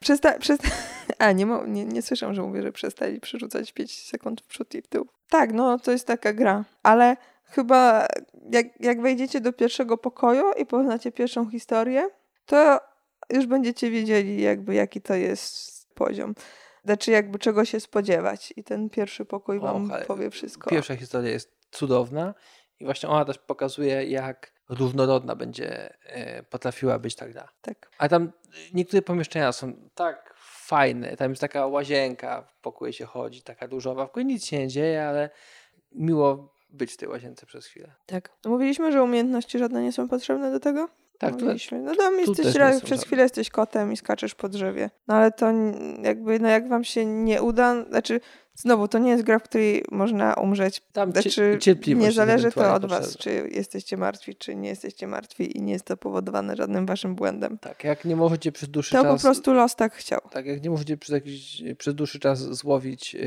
Nie słyszę, że mówię, że przestali przerzucać 5 sekund w przód i w tył. Tak, no to jest taka gra, ale chyba jak wejdziecie do pierwszego pokoju i poznacie pierwszą historię, to już będziecie wiedzieli jaki to jest poziom. Znaczy czego się spodziewać i ten pierwszy pokój wam powie wszystko.
Pierwsza historia jest cudowna i właśnie ona też pokazuje, jak różnorodna będzie potrafiła być ta gra.
Tak.
A tam niektóre pomieszczenia są tak fajne. Tam jest taka łazienka, w pokoju się chodzi, taka różowa. W pokoju nic się nie dzieje, ale miło być w tej łazience przez chwilę.
Tak. Mówiliśmy, że umiejętności żadne nie są potrzebne do tego?
Tak,
mówiliśmy. No tam przez chwilę jesteś kotem i skaczesz po drzewie. No ale to jak wam się nie uda, znaczy znowu, to nie jest gra, w której można umrzeć.
Tam
nie zależy to od was, czy jesteście martwi, czy nie jesteście martwi i nie jest to powodowane żadnym waszym błędem.
Tak, jak nie możecie przez dłuższy czas...
To po prostu los tak chciał.
Tak, jak nie możecie przez dłuższy czas złowić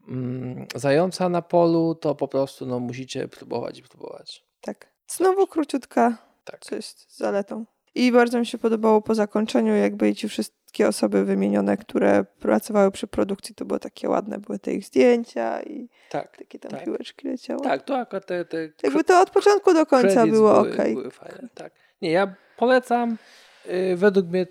zająca na polu, to po prostu musicie próbować.
Tak. Znowu króciutka, co jest zaletą. I bardzo mi się podobało po zakończeniu, i ci wszystkie osoby wymienione, które pracowały przy produkcji, to było takie ładne, były te ich zdjęcia i takie tam piłeczki leciały.
Tak, to akurat te
jakby to od początku do końca było okej.
Były fajne, tak. Nie, ja polecam, według mnie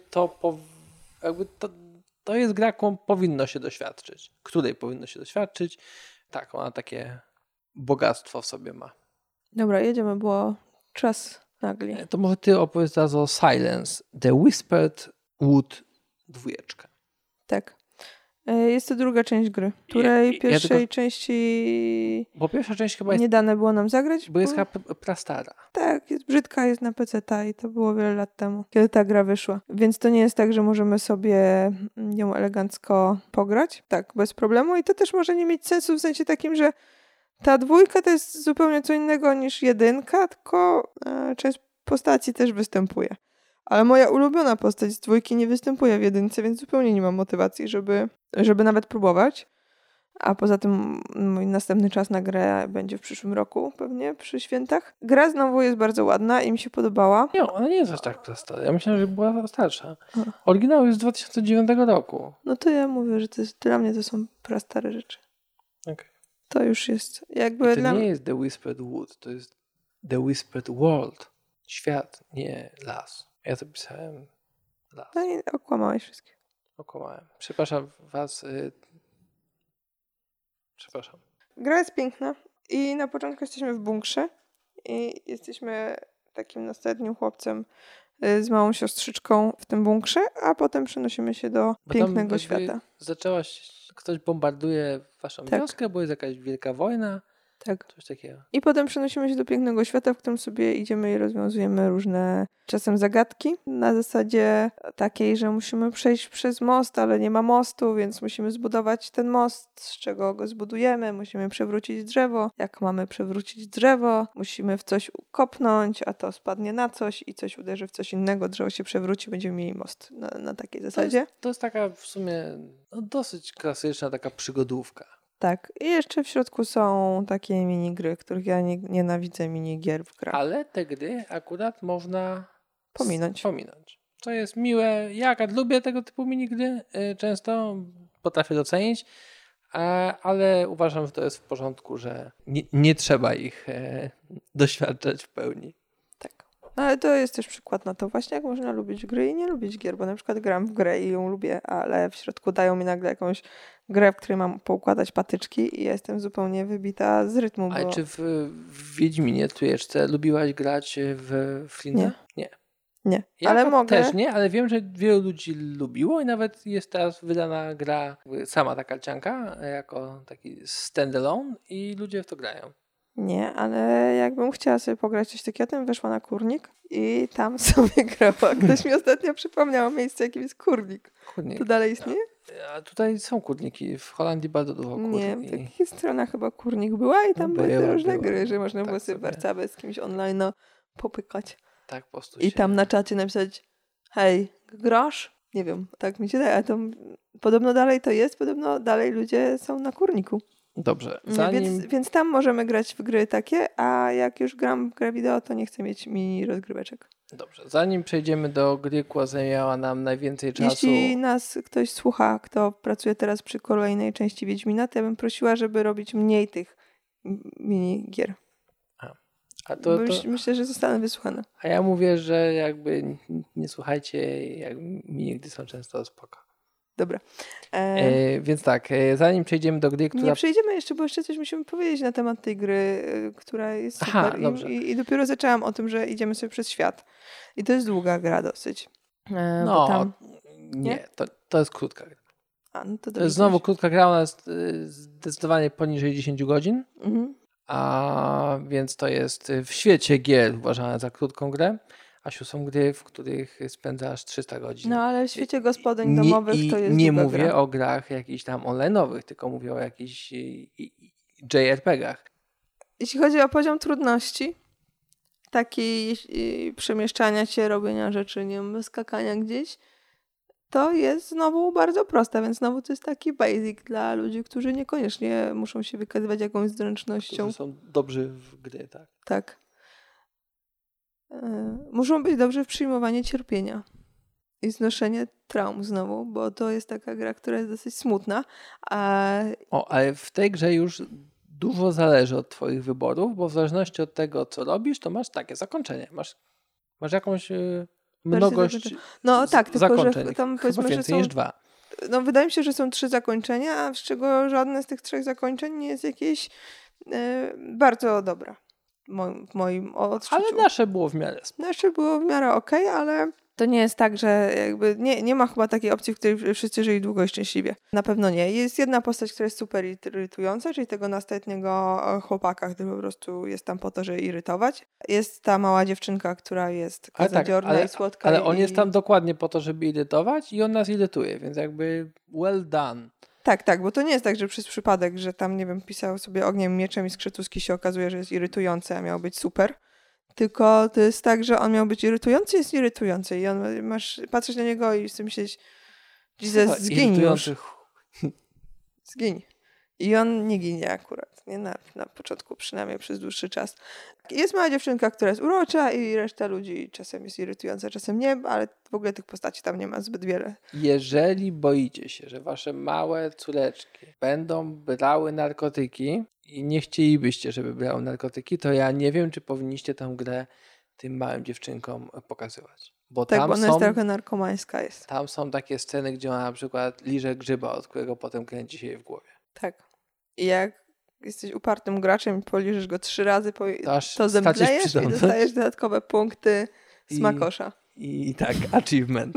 to jest gra, której powinno się doświadczyć. Tak, ona takie bogactwo w sobie ma.
Dobra, jedziemy, bo czas nagli.
To może ty opowiedz teraz o Silence, The Whispered Wood 2.
Tak. Jest to druga część gry, której pierwszej części
bo pierwsza część chyba
nie dane było nam zagrać.
Bo jest chyba prastara.
Tak, jest brzydka, jest na PC-ta i to było wiele lat temu, kiedy ta gra wyszła. Więc to nie jest tak, że możemy sobie ją elegancko pograć. Tak, bez problemu. I to też może nie mieć sensu w sensie takim, że ta 2 to jest zupełnie co innego niż 1, tylko część postaci też występuje. Ale moja ulubiona postać z 2 nie występuje w 1, więc zupełnie nie mam motywacji, żeby nawet próbować. A poza tym mój następny czas na grę będzie w przyszłym roku, pewnie przy świętach. Gra znowu jest bardzo ładna i mi się podobała.
Nie, ona nie jest aż tak prastara. Ja myślałem, że była starsza. Oryginał jest z 2009 roku.
No to ja mówię, że dla mnie to są prastare rzeczy.
Okay.
To już jest
nie jest The Whispered Wood, to jest The Whispered World. Świat, nie las. Ja zapisałem las.
No i okłamałeś wszystkich.
Okłamałem. Przepraszam was. Przepraszam.
Gra jest piękna i na początku jesteśmy w bunkrze i jesteśmy takim nastoletnim chłopcem z małą siostrzyczką w tym bunkrze, a potem przenosimy się do pięknego świata.
Ktoś bombarduje waszą wioskę, bo jest jakaś wielka wojna
Tak.
Coś takiego.
I potem przenosimy się do pięknego świata, w którym sobie idziemy i rozwiązujemy różne czasem zagadki na zasadzie takiej, że musimy przejść przez most, ale nie ma mostu, więc musimy zbudować ten most, z czego go zbudujemy, musimy przewrócić drzewo. Jak mamy przewrócić drzewo, musimy w coś kopnąć, a to spadnie na coś i coś uderzy w coś innego, drzewo się przewróci, będziemy mieli most na takiej zasadzie.
To jest taka w sumie dosyć klasyczna taka przygodówka.
Tak. I jeszcze w środku są takie minigry, których ja nienawidzę minigier w grach.
Ale te gry akurat można
Pominąć.
To jest miłe. Ja akurat lubię tego typu minigry. Często potrafię docenić, ale uważam, że to jest w porządku, że nie trzeba ich doświadczać w pełni.
Tak. No ale to jest też przykład na to właśnie, jak można lubić gry i nie lubić gier, bo na przykład gram w grę i ją lubię, ale w środku dają mi nagle jakąś grę, w której mam poukładać patyczki i ja jestem zupełnie wybita z rytmu.
A czy w Wiedźminie Trójeczce lubiłaś grać w Flinta? Nie. Ja
ale mogę.
Też nie, ale wiem, że wielu ludzi lubiło i nawet jest teraz wydana gra, sama ta karcianka, jako taki standalone i ludzie w to grają.
Nie, ale jakbym chciała sobie pograć coś takiego, to bym weszła na Kurnik i tam sobie grała. Ktoś mi ostatnio przypomniał miejsce, jakim jest Kurnik. To dalej istnieje?
A tutaj są kurniki. W Holandii bardzo dużo kurnik.
Nie, w takich stronach chyba Kurnik była i tam były te różne gry, że można było sobie Warcabę z kimś online popykać.
Tak, po prostu
I tam na czacie napisać: hej, grasz? Nie wiem, tak mi się daje, a to podobno dalej to jest, podobno dalej ludzie są na Kurniku.
Dobrze.
Więc tam możemy grać w gry takie, a jak już gram w grę wideo, to nie chcę mieć mini rozgryweczek.
Dobrze. Zanim przejdziemy do gry, która zajęła nam najwięcej czasu...
Jeśli nas ktoś słucha, kto pracuje teraz przy kolejnej części Wiedźmina, to ja bym prosiła, żeby robić mniej tych mini gier. Myślę, że zostanę wysłuchana.
A ja mówię, że jakby nie słuchajcie, minigry są często spoko.
Dobra.
Więc tak, zanim przejdziemy do gry, która...
Nie przejdziemy jeszcze, bo jeszcze coś musimy powiedzieć na temat tej gry, która jest super.
Aha, dobrze.
I dopiero zaczęłam o tym, że idziemy sobie przez świat. I to jest długa gra dosyć.
Nie, to jest krótka gra.
To
jest znowu krótka gra, ona jest zdecydowanie poniżej 10 godzin.
Mhm.
A więc to jest w świecie gier uważane za krótką grę. Asiu, są gry, w których spędzasz 300 godzin.
No ale w świecie gospodyń domowych to jest
nie mówię
gra.
o grach jakichś tam online'owych, tylko mówię o jakichś JRPG-ach.
Jeśli chodzi o poziom trudności, taki przemieszczania się, robienia rzeczy, nie wiem, skakania gdzieś, to jest znowu bardzo proste, więc znowu to jest taki basic dla ludzi, którzy niekoniecznie muszą się wykazywać jakąś zręcznością.
Którzy są dobrzy w gry, tak?
Tak. Muszą być dobrzy w przyjmowaniu cierpienia i znoszenie traum znowu, bo to jest taka gra, która jest dosyć smutna.
Ale w tej grze już dużo zależy od twoich wyborów, bo w zależności od tego, co robisz, to masz takie zakończenie. Masz jakąś mnogość
tylko
zakończeń.
Że tam
Chyba
powiedzmy,
więcej niż 2.
No wydaje mi się, że są 3 zakończenia, a z czego żadne z tych 3 zakończeń nie jest jakieś bardzo dobra. W moim odczuciu.
Ale nasze było w miarę.
Nasze było w miarę okej, ale to nie jest tak, że jakby nie ma chyba takiej opcji, w której wszyscy żyli długo i szczęśliwie. Na pewno nie. Jest jedna postać, która jest super irytująca, czyli tego nastoletniego chłopaka, który po prostu jest tam po to, żeby irytować. Jest ta mała dziewczynka, która jest kazadziorna i słodka.
Ale on jest tam dokładnie po to, żeby irytować i on nas irytuje, więc jakby well done.
Tak, bo to nie jest tak, że przez przypadek, że tam, nie wiem, pisał sobie ogniem, mieczem i skrzetuski się okazuje, że jest irytujący, a miał być super. Tylko to jest tak, że on miał być irytujący, jest irytujący i masz patrzeć na niego i sobie myśleć, Jesus, zgiń już. Zgiń. I on nie ginie akurat, nie na początku, przynajmniej przez dłuższy czas. Jest mała dziewczynka, która jest urocza i reszta ludzi czasem jest irytująca, czasem nie, ale w ogóle tych postaci tam nie ma zbyt wiele.
Jeżeli boicie się, że wasze małe córeczki będą brały narkotyki i nie chcielibyście, żeby brały narkotyki, to ja nie wiem, czy powinniście tę grę tym małym dziewczynkom pokazywać. Bo
tak,
tam
bo ona jest trochę narkomańska.
Tam są takie sceny, gdzie ona na przykład liże grzyba, od którego potem kręci się jej w głowie.
Tak. I jak jesteś upartym graczem i poliżysz go 3 razy, to zemdlejesz i dostajesz dodatkowe punkty smakosza.
I tak, achievement.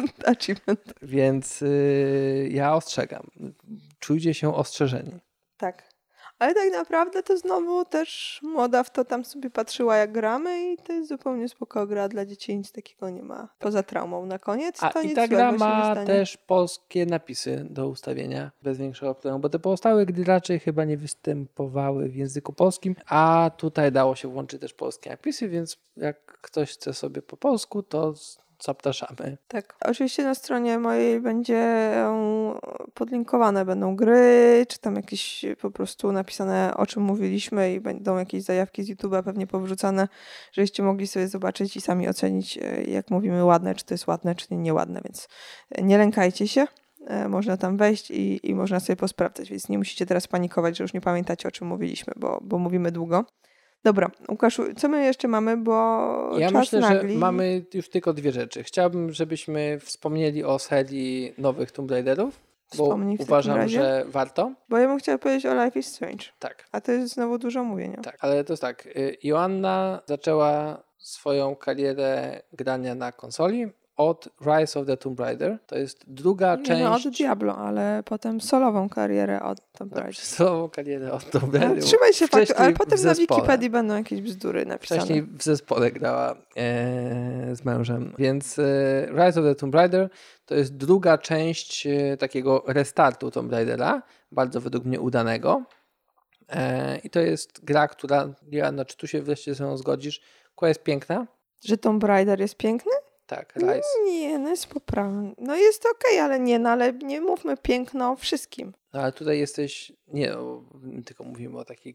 Więc ja ostrzegam. Czujcie się ostrzeżeni.
Tak. Ale tak naprawdę to znowu też młoda w to tam sobie patrzyła jak gramy i to jest zupełnie spoko gra dla dzieci, nic takiego nie ma. Poza traumą na koniec to
I
nic
ta gra
złego się nie
ma
stanie.
też polskie napisy do ustawienia bez większego problemu, bo te pozostałe gry raczej chyba nie występowały w języku polskim, a tutaj dało się włączyć też polskie napisy, więc jak ktoś chce sobie po polsku, to zapraszamy.
Tak. Oczywiście na stronie mojej będzie podlinkowane będą gry, czy tam jakieś po prostu napisane, o czym mówiliśmy i będą jakieś zajawki z YouTube'a pewnie powrzucane, żebyście mogli sobie zobaczyć i sami ocenić, jak mówimy ładne, czy to jest ładne, czy nieładne, więc nie lękajcie się. Można tam wejść i można sobie posprawdzać, więc nie musicie teraz panikować, że już nie pamiętacie, o czym mówiliśmy, bo mówimy długo. Dobra, Łukaszu, co my jeszcze mamy, bo
ja
czas
myślę,
nagli.
że mamy już tylko dwie rzeczy. Chciałbym, żebyśmy wspomnieli o serii nowych Tomb Raiderów, bo
Wspomnij w takim
uważam,
razie.
że warto.
Bo ja bym chciała powiedzieć o Life is Strange.
Tak.
A to jest znowu dużo mówienia.
Tak, ale to jest tak. Joanna zaczęła swoją karierę grania na konsoli od Rise of the Tomb Raider. To jest druga część...
No od Diablo, ale potem solową karierę od Tomb Raider.
Solową karierę od Tomb Raider.
No, trzymaj się faktu, ale potem
w
na
zespole.
Wikipedii będą jakieś bzdury napisane.
Wcześniej w zespole grała z mężem. Więc Rise of the Tomb Raider to jest druga część takiego restartu Tomb Raidera, bardzo według mnie udanego. I to jest gra, która, Joanna, czy tu się wreszcie ze mną zgodzisz, która jest piękna?
Że Tomb Raider jest piękny?
Tak, Rise.
Nie, no jest poprawny. No jest okej, ale nie mówmy piękno o wszystkim.
No, ale tutaj jesteś, nie no, tylko mówimy o takich,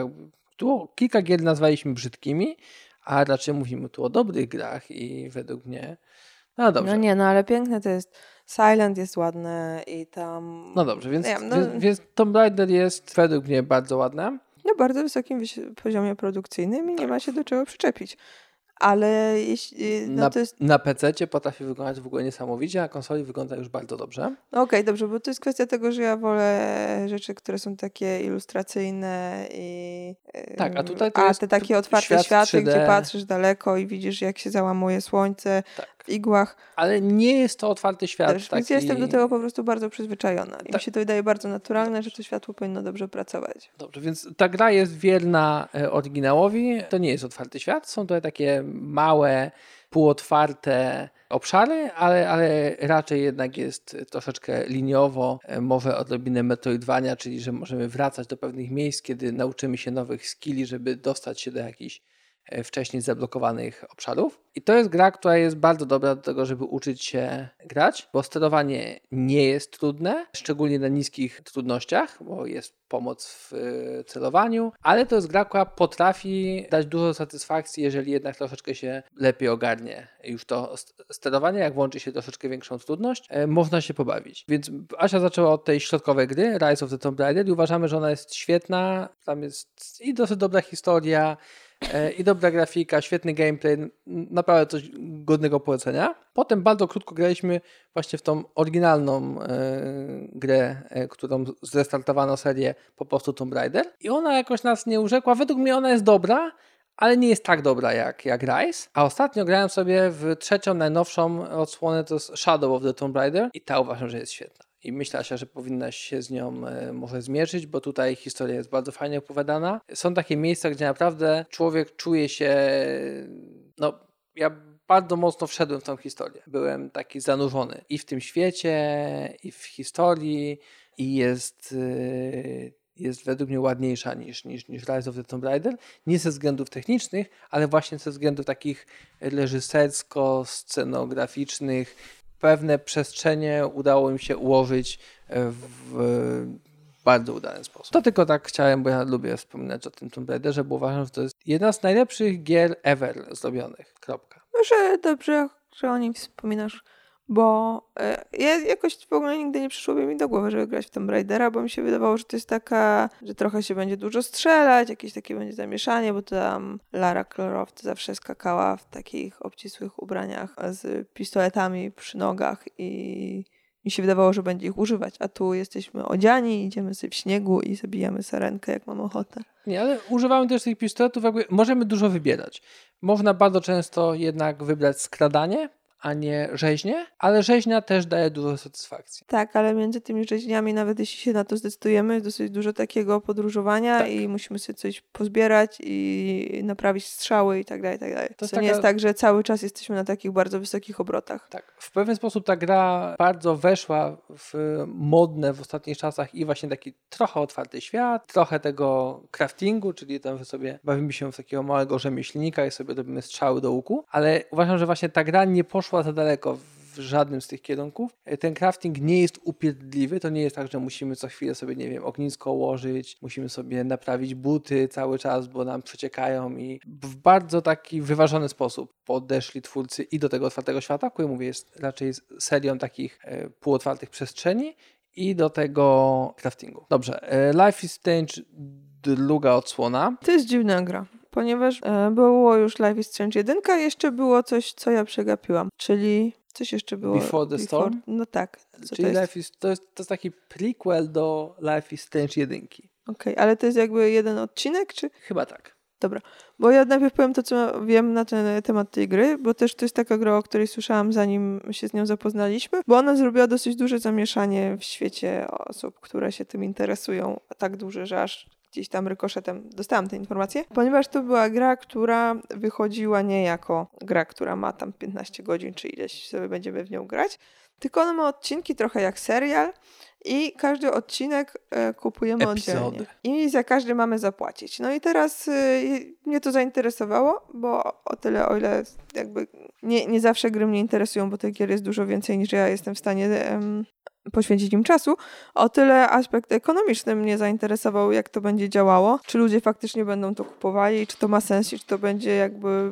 tu kilka gier nazwaliśmy brzydkimi, a raczej mówimy tu o dobrych grach i według mnie, no dobrze.
No nie, no ale piękne to jest, Silent jest ładne i tam...
No dobrze, więc,
Nie wiem,
więc Tomb Raider jest według mnie bardzo ładna.
Na bardzo wysokim poziomie produkcyjnym i nie ma się do czego przyczepić. Ale jeśli... No to jest...
Na PC-cie potrafi wyglądać w ogóle niesamowicie, a na konsoli wygląda już bardzo dobrze.
No okej, dobrze, bo to jest kwestia tego, że ja wolę rzeczy, które są takie ilustracyjne i...
Tak, a tutaj to jest
te takie otwarte światy,
3D.
gdzie patrzysz daleko i widzisz, jak się załamuje słońce w igłach.
Ale nie jest to otwarty świat.
Też, więc ja jestem do tego po prostu bardzo przyzwyczajona. I mi się to wydaje bardzo naturalne, że to światło powinno dobrze pracować.
Dobrze, więc ta gra jest wierna oryginałowi. To nie jest otwarty świat. Są tutaj takie małe, półotwarte obszary, ale raczej jednak jest troszeczkę liniowo. Może odrobinę metroidwania, czyli że możemy wracać do pewnych miejsc, kiedy nauczymy się nowych skilli, żeby dostać się do jakichś wcześniej zablokowanych obszarów. I to jest gra, która jest bardzo dobra do tego, żeby uczyć się grać, bo sterowanie nie jest trudne, szczególnie na niskich trudnościach, bo jest pomoc w celowaniu, ale to jest gra, która potrafi dać dużo satysfakcji, jeżeli jednak troszeczkę się lepiej ogarnie już to sterowanie, jak włączy się troszeczkę większą trudność, można się pobawić. Więc Asia zaczęła od tej środkowej gry, Rise of the Tomb Raider, i uważamy, że ona jest świetna, tam jest i dosyć dobra historia, i dobra grafika, świetny gameplay, naprawdę coś godnego polecenia. Potem bardzo krótko graliśmy właśnie w tą oryginalną grę, którą zrestartowano serię po prostu Tomb Raider, i ona jakoś nas nie urzekła. Według mnie ona jest dobra, ale nie jest tak dobra jak Rise. A ostatnio grałem sobie w trzecią, najnowszą odsłonę, to jest Shadow of the Tomb Raider, i ta uważam, że jest świetna. I myślę, Asia, że powinnaś się z nią może zmierzyć, bo tutaj historia jest bardzo fajnie opowiadana. Są takie miejsca, gdzie naprawdę człowiek czuje się... No, ja bardzo mocno wszedłem w tą historię. Byłem taki zanurzony i w tym świecie, i w historii, i jest według mnie ładniejsza niż Rise of the Tomb Raider. Nie ze względów technicznych, ale właśnie ze względów takich reżysersko-scenograficznych. Pewne przestrzenie udało mi się ułożyć w bardzo udany sposób. To tylko tak chciałem, bo ja lubię wspominać o tym Tomb Raiderze, bo uważam, że to jest jedna z najlepszych gier ever zrobionych. Kropka.
Może dobrze, że o nim wspominasz, bo ja jakoś w ogóle nigdy nie przyszłoby mi do głowy, żeby grać w Tomb Raidera, bo mi się wydawało, że to jest taka, że trochę się będzie dużo strzelać, jakieś takie będzie zamieszanie, bo tam Lara Croft zawsze skakała w takich obcisłych ubraniach z pistoletami przy nogach i mi się wydawało, że będzie ich używać, a tu jesteśmy odziani, idziemy sobie w śniegu i zabijamy sarenkę, jak mamy ochotę.
Nie, ale używamy też tych pistoletów, jakby możemy dużo wybierać. Można bardzo często jednak wybrać skradanie, a nie rzeźnie, ale rzeźnia też daje dużo satysfakcji.
Tak, ale między tymi rzeźniami, nawet jeśli się na to zdecydujemy, jest dosyć dużo takiego podróżowania i musimy sobie coś pozbierać i naprawić strzały i tak dalej, i tak dalej. To nie jest tak, że cały czas jesteśmy na takich bardzo wysokich obrotach.
Tak, w pewien sposób ta gra bardzo weszła w modne w ostatnich czasach i właśnie taki trochę otwarty świat, trochę tego craftingu, czyli tam sobie bawimy się w takiego małego rzemieślnika i sobie robimy strzały do łuku, ale uważam, że właśnie ta gra nie poszła za daleko w żadnym z tych kierunków. Ten crafting nie jest upierdliwy, to nie jest tak, że musimy co chwilę sobie, nie wiem, ognisko ułożyć, musimy sobie naprawić buty cały czas, bo nam przeciekają i w bardzo taki wyważony sposób podeszli twórcy i do tego otwartego świata, który mówię jest raczej serią takich półotwartych przestrzeni i do tego craftingu. Dobrze, Life is Strange druga odsłona.
To jest dziwna gra, ponieważ było już Life is Strange 1, a jeszcze było coś, co ja przegapiłam, czyli coś jeszcze było.
Before the Storm?
No tak.
Czyli to jest taki prequel do Life is Strange 1.
Okej, ale to jest jakby jeden odcinek, czy?
Chyba tak.
Dobra, bo ja najpierw powiem to, co wiem na ten temat tej gry, bo też to jest taka gra, o której słyszałam, zanim się z nią zapoznaliśmy, bo ona zrobiła dosyć duże zamieszanie w świecie osób, które się tym interesują, tak duże, że aż gdzieś tam rykoszetem dostałam te informacje, ponieważ to była gra, która wychodziła nie jako gra, która ma tam 15 godzin, czy ileś sobie będziemy w nią grać, tylko ona ma odcinki trochę jak serial i każdy odcinek kupujemy oddzielnie. I za każdy mamy zapłacić. No i teraz mnie to zainteresowało, bo o tyle, o ile jakby nie zawsze gry mnie interesują, bo tych gier jest dużo więcej niż ja jestem w stanie poświęcić im czasu, o tyle aspekt ekonomiczny mnie zainteresował, jak to będzie działało, czy ludzie faktycznie będą to kupowali, czy to ma sens i czy to będzie jakby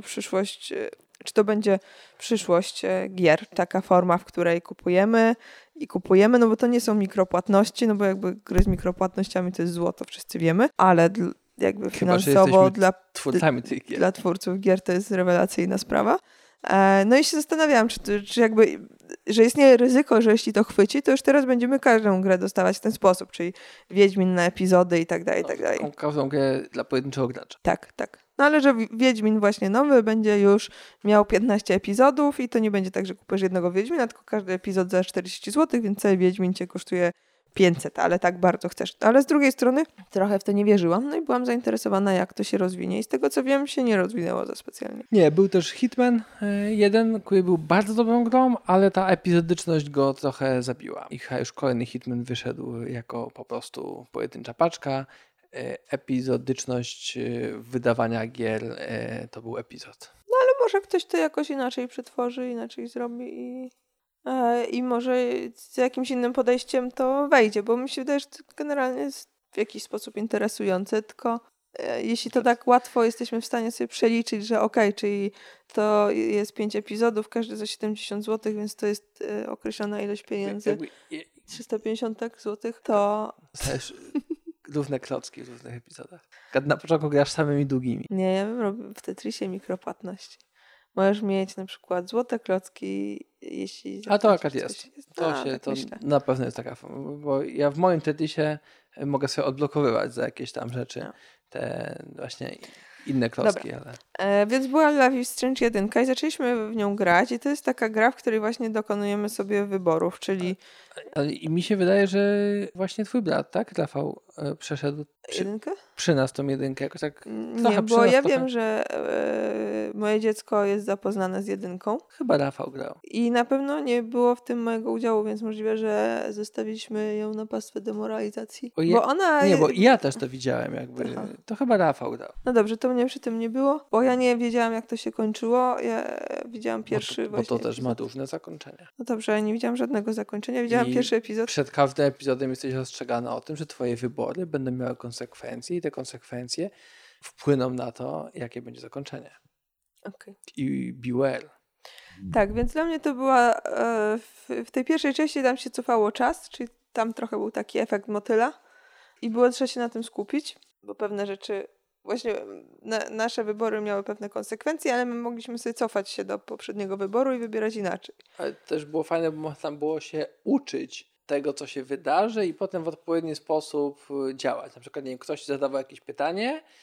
przyszłość gier, taka forma, w której kupujemy, no bo to nie są mikropłatności, no bo jakby gry z mikropłatnościami to jest złoto, wszyscy wiemy, ale jakby finansowo dla twórców gier to jest rewelacyjna sprawa. No i się zastanawiałam, czy jakby, że istnieje ryzyko, że jeśli to chwyci, to już teraz będziemy każdą grę dostawać w ten sposób, czyli Wiedźmin na epizody i tak dalej, i tak dalej.
Każdą grę dla pojedynczego gracza.
Tak. No ale że Wiedźmin właśnie nowy będzie już miał 15 epizodów i to nie będzie tak, że kupujesz jednego Wiedźmina, tylko każdy epizod za 40 zł, więc cały Wiedźmin cię kosztuje 500, ale tak bardzo chcesz. Ale z drugiej strony trochę w to nie wierzyłam, no i byłam zainteresowana, jak to się rozwinie. I z tego, co wiem, się nie rozwinęło za specjalnie.
Nie, był też Hitman 1, który był bardzo dobrą grą, ale ta epizodyczność go trochę zabiła. I już kolejny Hitman wyszedł jako po prostu pojedyncza paczka. Epizodyczność wydawania gier to był epizod.
No ale może ktoś to jakoś inaczej przetworzy, inaczej zrobi i może z jakimś innym podejściem to wejdzie, bo mi się wydaje, że to generalnie jest w jakiś sposób interesujące, tylko jeśli to tak łatwo jesteśmy w stanie sobie przeliczyć, że czyli to jest 5 epizodów, każdy za 70 zł, więc to jest określona ilość pieniędzy, 350 zł, to...
Równe klocki w różnych epizodach. Na początku grasz samymi długimi.
Nie, ja bym robił w Tetrisie mikropłatności. Możesz mieć na przykład złote klocki, jeśli...
A to akurat jest. To na pewno jest taka forma, bo ja w moim Tetrisie mogę sobie odblokowywać za jakieś tam rzeczy te właśnie inne klocki. Ale...
Więc była Life is Strange 1 i zaczęliśmy w nią grać i to jest taka gra, w której właśnie dokonujemy sobie wyborów, czyli...
I mi się wydaje, że właśnie twój brat, tak, Rafał, przeszedł przy nas tą jedynkę. Jakoś tak
nie, bo ja wiem, że moje dziecko jest zapoznane z 1.
Chyba Rafał grał.
I na pewno nie było w tym mojego udziału, więc możliwe, że zostawiliśmy ją na pastwę demoralizacji.
Bo ja też to widziałem jakby. Aha. To chyba Rafał grał.
No dobrze, to mnie przy tym nie było, bo ja nie wiedziałam, jak to się kończyło. Ja widziałam pierwszy
bo to też ma różne zakończenia.
No dobrze, ja nie widziałam żadnego zakończenia. Widziałam pierwszy epizod.
Przed każdym epizodem jesteś ostrzegana o tym, że twoje wybory będą miały konsekwencje i te konsekwencje wpłyną na to, jakie będzie zakończenie.
Okay.
I beware.
Tak, więc dla mnie to była w tej pierwszej części tam się cofało czas, czyli tam trochę był taki efekt motyla i trzeba się na tym skupić, bo pewne rzeczy, właśnie nasze wybory miały pewne konsekwencje, ale my mogliśmy sobie cofać się do poprzedniego wyboru i wybierać inaczej.
Ale też było fajne, bo tam było się uczyć tego, co się wydarzy i potem w odpowiedni sposób działać. Na przykład, nie wiem, ktoś zadawał jakieś pytanie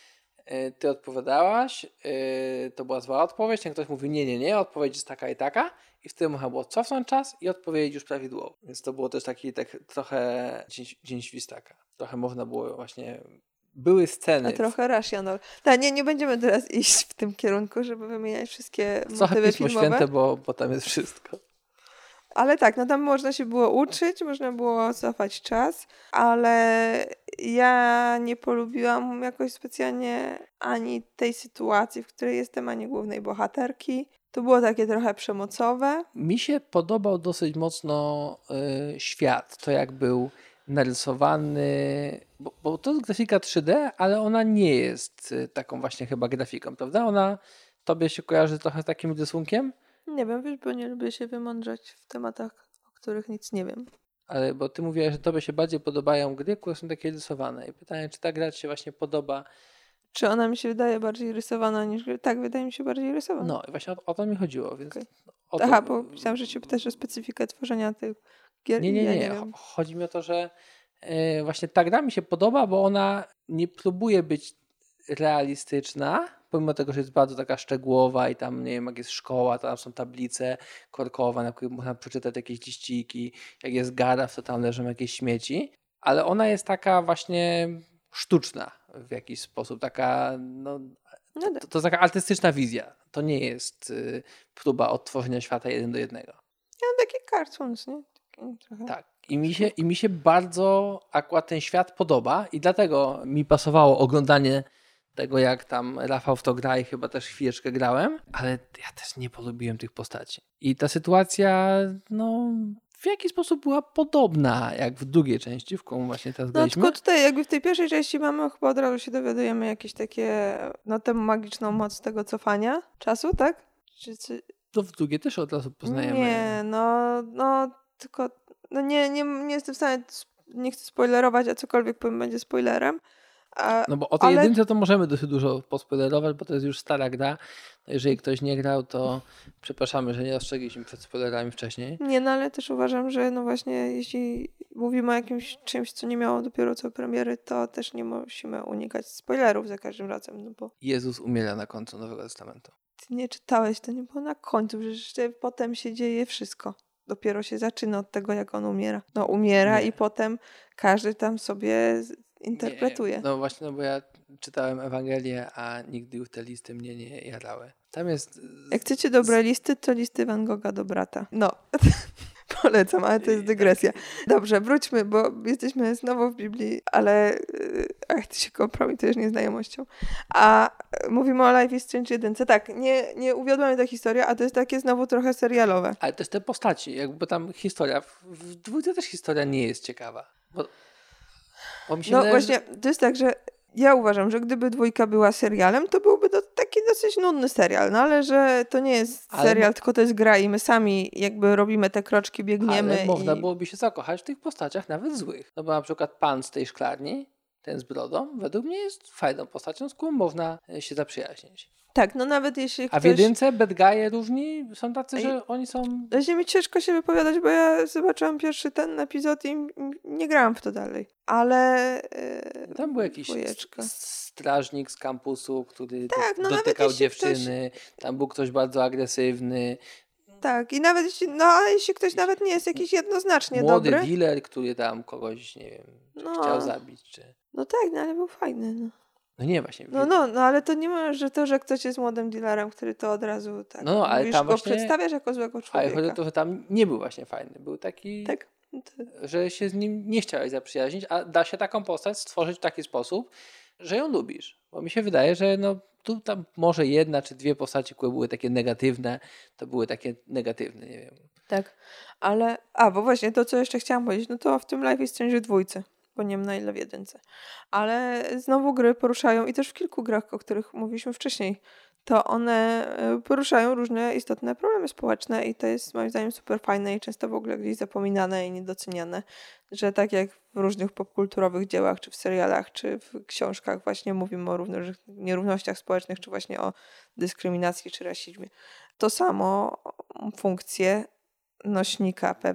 ty odpowiadałaś, to była zła odpowiedź, ten ktoś mówił nie, odpowiedź jest taka i taka i wtedy można było cofnąć czas i odpowiedzieć już prawidłowo. Więc to było też taki tak trochę dzień świstaka. Trochę można było właśnie... Były sceny.
A trochę rational. Tak, nie będziemy teraz iść w tym kierunku, żeby wymieniać wszystkie
trochę
motywy
Pismo
filmowe.
Święte, bo tam jest wszystko.
Ale tak, no tam można się było uczyć, można było cofać czas, ale ja nie polubiłam jakoś specjalnie ani tej sytuacji, w której jestem, ani głównej bohaterki. To było takie trochę przemocowe.
Mi się podobał dosyć mocno świat, to jak był narysowany, bo to jest grafika 3D, ale ona nie jest taką właśnie chyba grafiką, prawda? Ona tobie się kojarzy trochę z takim rysunkiem?
Nie wiem, wiesz, bo nie lubię się wymądrzać w tematach, o których nic nie wiem.
Ale bo ty mówiłaś, że tobie się bardziej podobają gry, które są takie rysowane. I pytanie, czy ta gra ci się właśnie podoba?
Czy ona mi się wydaje bardziej rysowana niż gry? Tak, wydaje mi się bardziej rysowana.
No i właśnie o to mi chodziło, więc...
Okay.
O to...
Aha, bo myślałam, że się pytasz o specyfikę tworzenia tych gier.
Nie.
Ja nie wiem.
Chodzi mi o to, że właśnie ta gra mi się podoba, bo ona nie próbuje być realistyczna, pomimo tego, że jest bardzo taka szczegółowa i tam, nie wiem, jak jest szkoła, to tam są tablice korkowe, na których można przeczytać jakieś liściki, jak jest garaż, to tam leżą jakieś śmieci, ale ona jest taka właśnie sztuczna w jakiś sposób, taka, to jest taka artystyczna wizja. To nie jest próba odtworzenia świata 1:1.
Ja mam takie cartoons, nie? Trochę.
Tak. I mi się bardzo akurat ten świat podoba i dlatego mi pasowało oglądanie tego, jak tam Rafał w to gra i chyba też chwileczkę grałem, ale ja też nie polubiłem tych postaci. I ta sytuacja, w jakiś sposób była podobna jak w drugiej części, w którą właśnie teraz graliśmy.
No tylko tutaj jakby w tej pierwszej części mamy chyba od razu się dowiadujemy jakieś takie, tę magiczną moc tego cofania czasu, tak?
To w drugiej też od razu poznajemy.
Nie, tylko nie jestem w stanie, nie chcę spoilerować, a cokolwiek powiem będzie spoilerem.
No bo o tej jedynce to możemy dosyć dużo pospoilerować, bo to jest już stara gra. Jeżeli ktoś nie grał, to przepraszamy, że nie ostrzegliśmy przed spoilerami wcześniej.
Nie, ale też uważam, że właśnie jeśli mówimy o jakimś czymś, co nie miało dopiero co premiery, to też nie musimy unikać spoilerów za każdym razem. Bo
Jezus umiera na końcu Nowego Testamentu.
Ty nie czytałeś, to nie było na końcu, przecież potem się dzieje wszystko. Dopiero się zaczyna od tego, jak on umiera. Umiera i potem każdy tam sobie interpretuje.
Nie. No właśnie, bo ja czytałem Ewangelię, a nigdy już te listy mnie nie jarały. Tam jest...
Jak chcecie dobre listy, to listy Van Gogha do brata. Polecam, ale to jest dygresja. Dobrze, wróćmy, bo jesteśmy znowu w Biblii, ale ty się kompromitujesz nieznajomością. A mówimy o Life is Strange 1. Tak, nie uwiodła mnie ta historia, a to jest takie znowu trochę serialowe.
Ale też te postaci, jakby tam historia, w dwójce też historia nie jest ciekawa. Bo mi się wydaje,
właśnie, to jest tak, że ja uważam, że gdyby dwójka była serialem, to byłby taki dosyć nudny serial, ale że to nie jest serial, tylko to jest gra i my sami jakby robimy te kroczki, biegniemy.
Ale można byłoby się zakochać w tych postaciach nawet złych. No bo na przykład pan z tej szklarni, ten z brodą, według mnie jest fajną postacią, z którą można się zaprzyjaźnić.
Tak, nawet jeśli ktoś...
A w jedynce bad guy'e różni są tacy, że oni są...
Będzie mi ciężko się wypowiadać, bo ja zobaczyłam pierwszy ten epizod i nie grałam w to dalej. Ale...
Tam był jakiś strażnik z kampusu, który dotykał dziewczyny. Tam był ktoś bardzo agresywny.
Tak, i nawet jeśli ktoś nawet nie jest jakiś jednoznacznie
młody
dobry.
dealer, który tam kogoś, nie wiem, chciał zabić, czy...
No tak, ale był fajny,
No nie, właśnie.
Ale to nie ma, że ktoś jest młodym dealerem, który to od razu tak...
ale tam
go
właśnie...
przedstawiasz jako złego człowieka.
Ale chodzi o to, że tam nie był właśnie fajny. Był taki...
Tak.
Że się z nim nie chciałeś zaprzyjaźnić, a da się taką postać stworzyć w taki sposób, że ją lubisz. Bo mi się wydaje, że tu tam może jedna czy dwie postaci, które były takie negatywne, to były takie negatywne, nie wiem.
Tak, ale... bo właśnie to, co jeszcze chciałam powiedzieć, to w tym Life is Strange 2, bo nie wiem na ile w jedynce. Ale znowu gry poruszają i też w kilku grach, o których mówiliśmy wcześniej, to one poruszają różne istotne problemy społeczne i to jest moim zdaniem super fajne i często w ogóle gdzieś zapominane i niedoceniane, że tak jak w różnych popkulturowych dziełach, czy w serialach, czy w książkach właśnie mówimy o różnych nierównościach społecznych, czy właśnie o dyskryminacji, czy rasizmie. To samo funkcje nośnika pewnych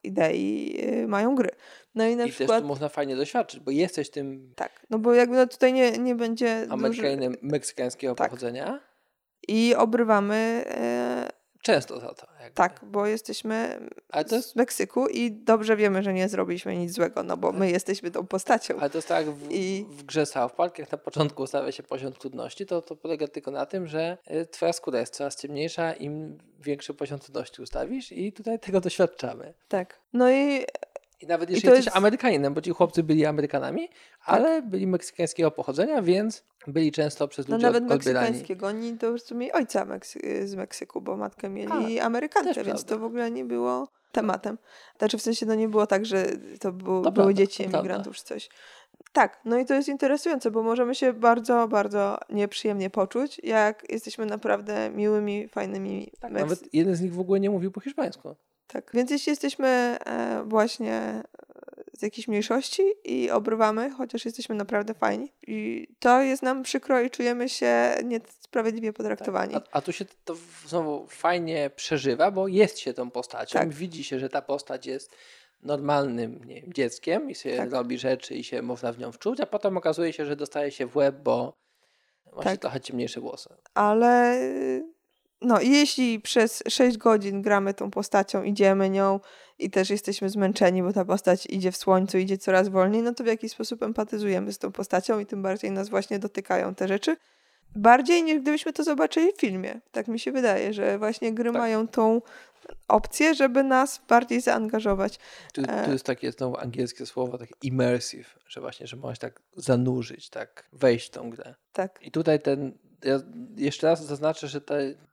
idei mają gry. No i na
I
przykład...
też to można fajnie doświadczyć, bo jesteś tym
Tak, no bo jakby tutaj nie będzie
Amerykaninem meksykańskiego
Tak.
pochodzenia.
I obrywamy...
Często za to. Jakby.
Tak, bo jesteśmy
Ale to jest...
z Meksyku i dobrze wiemy, że nie zrobiliśmy nic złego, no bo my jesteśmy tą postacią.
Ale to jest tak jak w grze South Park, jak na początku ustawia się poziom trudności, to polega tylko na tym, że twoja skóra jest coraz ciemniejsza, im większy poziom trudności ustawisz i tutaj tego doświadczamy.
Tak. No i
nawet jeśli jesteś Amerykaninem, bo ci chłopcy byli Amerykanami, ale byli meksykańskiego pochodzenia, więc byli często przez ludzi
nawet
odbierani.
meksykańskiego. Oni to po prostu mieli ojca z Meksyku, bo matkę mieli Amerykankę, więc
prawda.
to w ogóle nie było tematem. Znaczy w sensie nie było tak, że to były
prawda,
dzieci emigrantów czy coś. Tak, no i to jest interesujące, bo możemy się bardzo, bardzo nieprzyjemnie poczuć, jak jesteśmy naprawdę miłymi, fajnymi
Nawet jeden z nich w ogóle nie mówił po hiszpańsku.
Tak, więc jeśli jesteśmy właśnie z jakiejś mniejszości i obrywamy, chociaż jesteśmy naprawdę fajni i to jest nam przykro i czujemy się niesprawiedliwie potraktowani.
Tak. A tu się to znowu fajnie przeżywa, bo jest się tą postacią, widzi się, że ta postać jest normalnym dzieckiem i sobie robi rzeczy i się można w nią wczuć, a potem okazuje się, że dostaje się w łeb, bo ma trochę ciemniejsze włosy.
Ale... No i jeśli przez 6 godzin gramy tą postacią, idziemy nią i też jesteśmy zmęczeni, bo ta postać idzie w słońcu, idzie coraz wolniej, no to w jakiś sposób empatyzujemy z tą postacią i tym bardziej nas właśnie dotykają te rzeczy. Bardziej niż gdybyśmy to zobaczyli w filmie. Tak mi się wydaje, że właśnie gry mają tą opcję, żeby nas bardziej zaangażować.
Tu jest takie znowu angielskie słowo, takie immersive, że właśnie, że możesz tak zanurzyć, tak wejść w tą grę.
Tak.
I tutaj ja jeszcze raz zaznaczę, że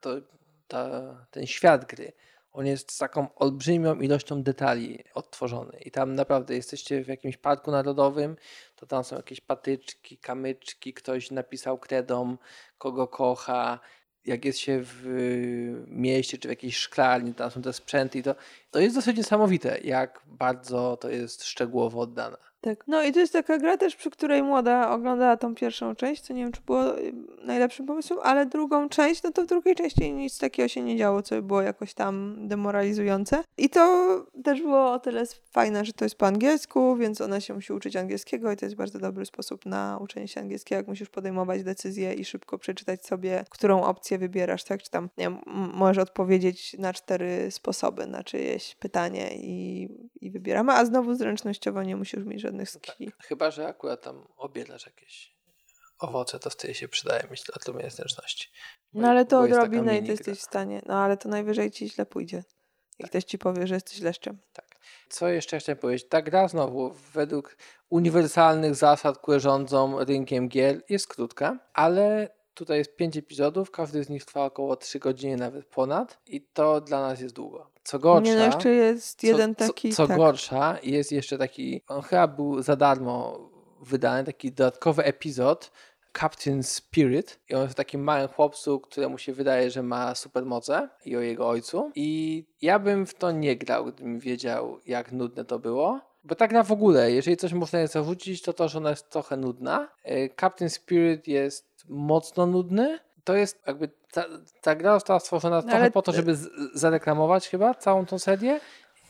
ten świat gry, on jest z taką olbrzymią ilością detali odtworzony i tam naprawdę jesteście w jakimś parku narodowym, to tam są jakieś patyczki, kamyczki, ktoś napisał kredom, kogo kocha, jak jest się w mieście czy w jakiejś szklarni, tam są te sprzęty i to jest dosyć niesamowite, jak bardzo to jest szczegółowo oddane.
Tak. No i to jest taka gra też, przy której młoda oglądała tą pierwszą część, co nie wiem, czy było najlepszym pomysłem, ale drugą część, no to w drugiej części nic takiego się nie działo, co było jakoś tam demoralizujące. I to też było o tyle fajne, że to jest po angielsku, więc ona się musi uczyć angielskiego i to jest bardzo dobry sposób na uczenie się angielskiego, jak musisz podejmować decyzje i szybko przeczytać sobie, którą opcję wybierasz, tak? Czy tam, nie wiem, możesz odpowiedzieć na 4 sposoby na czyjeś pytanie i wybieramy, a znowu zręcznościowo nie musisz mieć żadnych skilli.
Tak, chyba, że akurat tam obierasz jakieś owoce, to wtedy się przydaje mieć dla umiejętności.
No ale to odrobinę i ty jesteś w stanie. No ale to najwyżej ci źle pójdzie. I ktoś ci powie, że jesteś leszczem.
Tak. Co jeszcze chciałem powiedzieć? Ta gra znowu według uniwersalnych zasad, które rządzą rynkiem gier jest krótka, ale tutaj jest 5 epizodów, każdy z nich trwa około 3 godziny, nawet ponad i to dla nas jest długo. Co gorsza,
no jeszcze jest jeden taki...
Co gorsza, jest jeszcze taki, on chyba był za darmo wydany, taki dodatkowy epizod Captain Spirit i on jest o takim małym chłopcu, któremu się wydaje, że ma supermoce i o jego ojcu i ja bym w to nie grał, gdybym wiedział, jak nudne to było. Bo ta gra w ogóle, jeżeli coś można jej zarzucić, to że ona jest trochę nudna. Captain Spirit jest mocno nudny. To jest jakby, ta gra została stworzona trochę po to, żeby zareklamować chyba całą tą serię.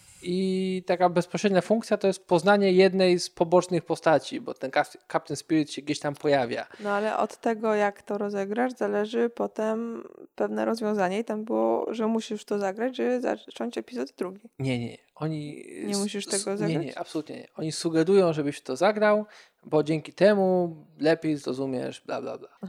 I taka bezpośrednia funkcja to jest poznanie jednej z pobocznych postaci, bo ten Captain Spirit się gdzieś tam pojawia.
No ale od tego, jak to rozegrasz, zależy potem pewne rozwiązanie i tam było, że musisz to zagrać, żeby zacząć epizod drugi.
Nie.
Nie musisz tego zagrać?
Nie, absolutnie nie. Oni sugerują, żebyś to zagrał, bo dzięki temu lepiej zrozumiesz bla bla bla.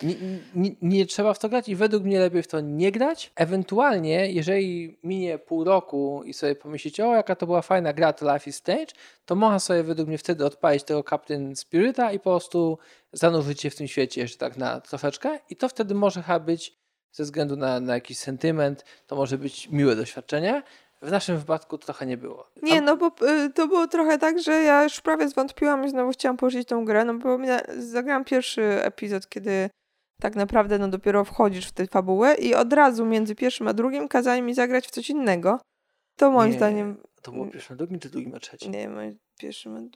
Nie trzeba w to grać i według mnie lepiej w to nie grać. Ewentualnie, jeżeli minie pół roku i sobie pomyślicie, o jaka to była fajna gra, to Life is Strange, to można sobie według mnie wtedy odpalić tego Captain Spirita i po prostu zanurzyć się w tym świecie jeszcze tak na troszeczkę i to wtedy może chyba być, ze względu na jakiś sentyment, to może być miłe doświadczenie. W naszym wypadku trochę nie było.
Nie, no bo to było trochę tak, że ja już prawie zwątpiłam i znowu chciałam położyć tą grę, no bo zagrałam pierwszy epizod, kiedy tak naprawdę no dopiero wchodzisz w tę fabułę i od razu między pierwszym a drugim kazali mi zagrać w coś innego. To moim zdaniem...
To było pierwszym a drugim czy drugim a trzecim?
Nie, pierwszym a drugim.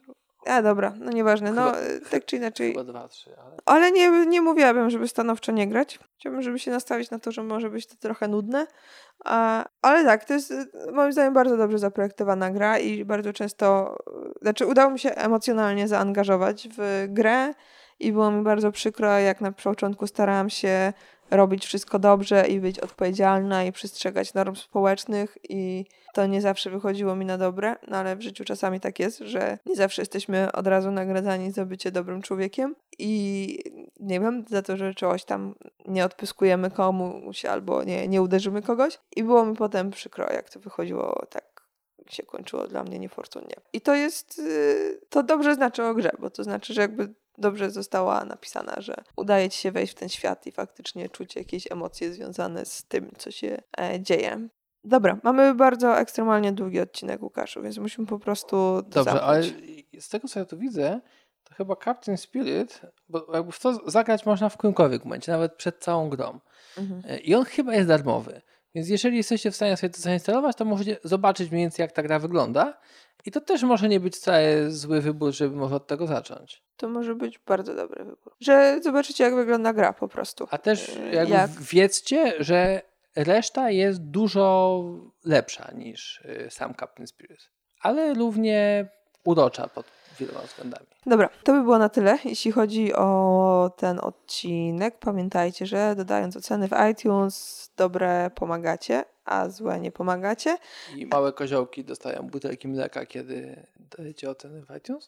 Dobra, no nieważne. No, tak czy inaczej.
Chyba 2-3, ale...
Ale nie mówiłabym, żeby stanowczo nie grać. Chciałabym, żeby się nastawić na to, że może być to trochę nudne. Ale tak, to jest moim zdaniem bardzo dobrze zaprojektowana gra i bardzo często, udało mi się emocjonalnie zaangażować w grę i było mi bardzo przykro, jak na początku starałam się robić wszystko dobrze i być odpowiedzialna i przestrzegać norm społecznych i to nie zawsze wychodziło mi na dobre, no ale w życiu czasami tak jest, że nie zawsze jesteśmy od razu nagradzani za bycie dobrym człowiekiem i nie wiem, za to, że czegoś tam nie odpyskujemy komuś albo nie uderzymy kogoś i było mi potem przykro, jak to wychodziło tak się kończyło dla mnie niefortunnie. I to jest, to dobrze znaczy o grze, bo to znaczy, że jakby dobrze została napisana, że udaje ci się wejść w ten świat i faktycznie czuć jakieś emocje związane z tym, co się dzieje. Dobra, mamy bardzo ekstremalnie długi odcinek, Łukaszu, więc musimy po prostu
Dobrze,
zamknąć.
ale z tego, co ja tu widzę, to chyba Captain Spirit, bo jakby w to zagrać można w którymkolwiek momencie, nawet przed całą grą. I on chyba jest darmowy. Więc jeżeli jesteście w stanie sobie to zainstalować, to możecie zobaczyć mniej więcej, jak ta gra wygląda. I to też może nie być wcale zły wybór, żeby może od tego zacząć.
To może być bardzo dobry wybór. Że zobaczycie, jak wygląda gra po prostu.
A też wiedzcie, że reszta jest dużo lepsza niż sam Captain Spirit. Ale równie urocza pod wieloma względami.
Dobra, to by było na tyle, jeśli chodzi o ten odcinek. Pamiętajcie, że dodając oceny w iTunes, dobre pomagacie, a złe nie pomagacie.
I małe koziołki dostają butelki mleka, kiedy dajecie oceny w iTunes?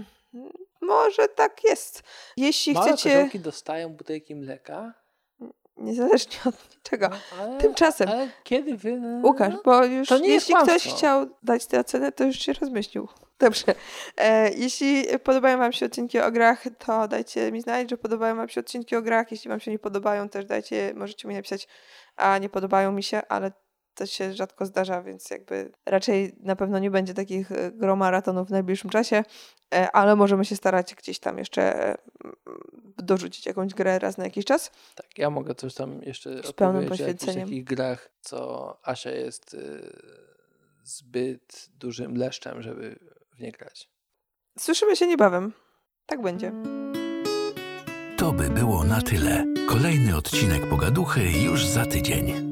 Może tak jest. Jeśli
małe
chcecie...
koziołki dostają butelki mleka?
Niezależnie od niczego.
No,
Tymczasem.
Ale kiedy wy...
Łukasz, bo już
to nie
jeśli
jest
ktoś
kłamstwo.
chciał dać tę ocenę, to już się rozmyślił. Dobrze. Jeśli podobają wam się odcinki o grach, to dajcie mi znać, że podobają wam się odcinki o grach. Jeśli wam się nie podobają, też możecie mi napisać, a nie podobają mi się, ale to się rzadko zdarza, więc jakby raczej na pewno nie będzie takich gromaratonów w najbliższym czasie, ale możemy się starać gdzieś tam jeszcze dorzucić jakąś grę raz na jakiś czas.
Tak, ja mogę coś tam jeszcze
z pełnym
opowiedzieć o jakichś
poświęceniem.
takich grach, co Asia jest zbyt dużym leszczem, żeby w nie grać.
Słyszymy się niebawem. Tak będzie.
To by było na tyle. Kolejny odcinek Pogaduchy już za tydzień.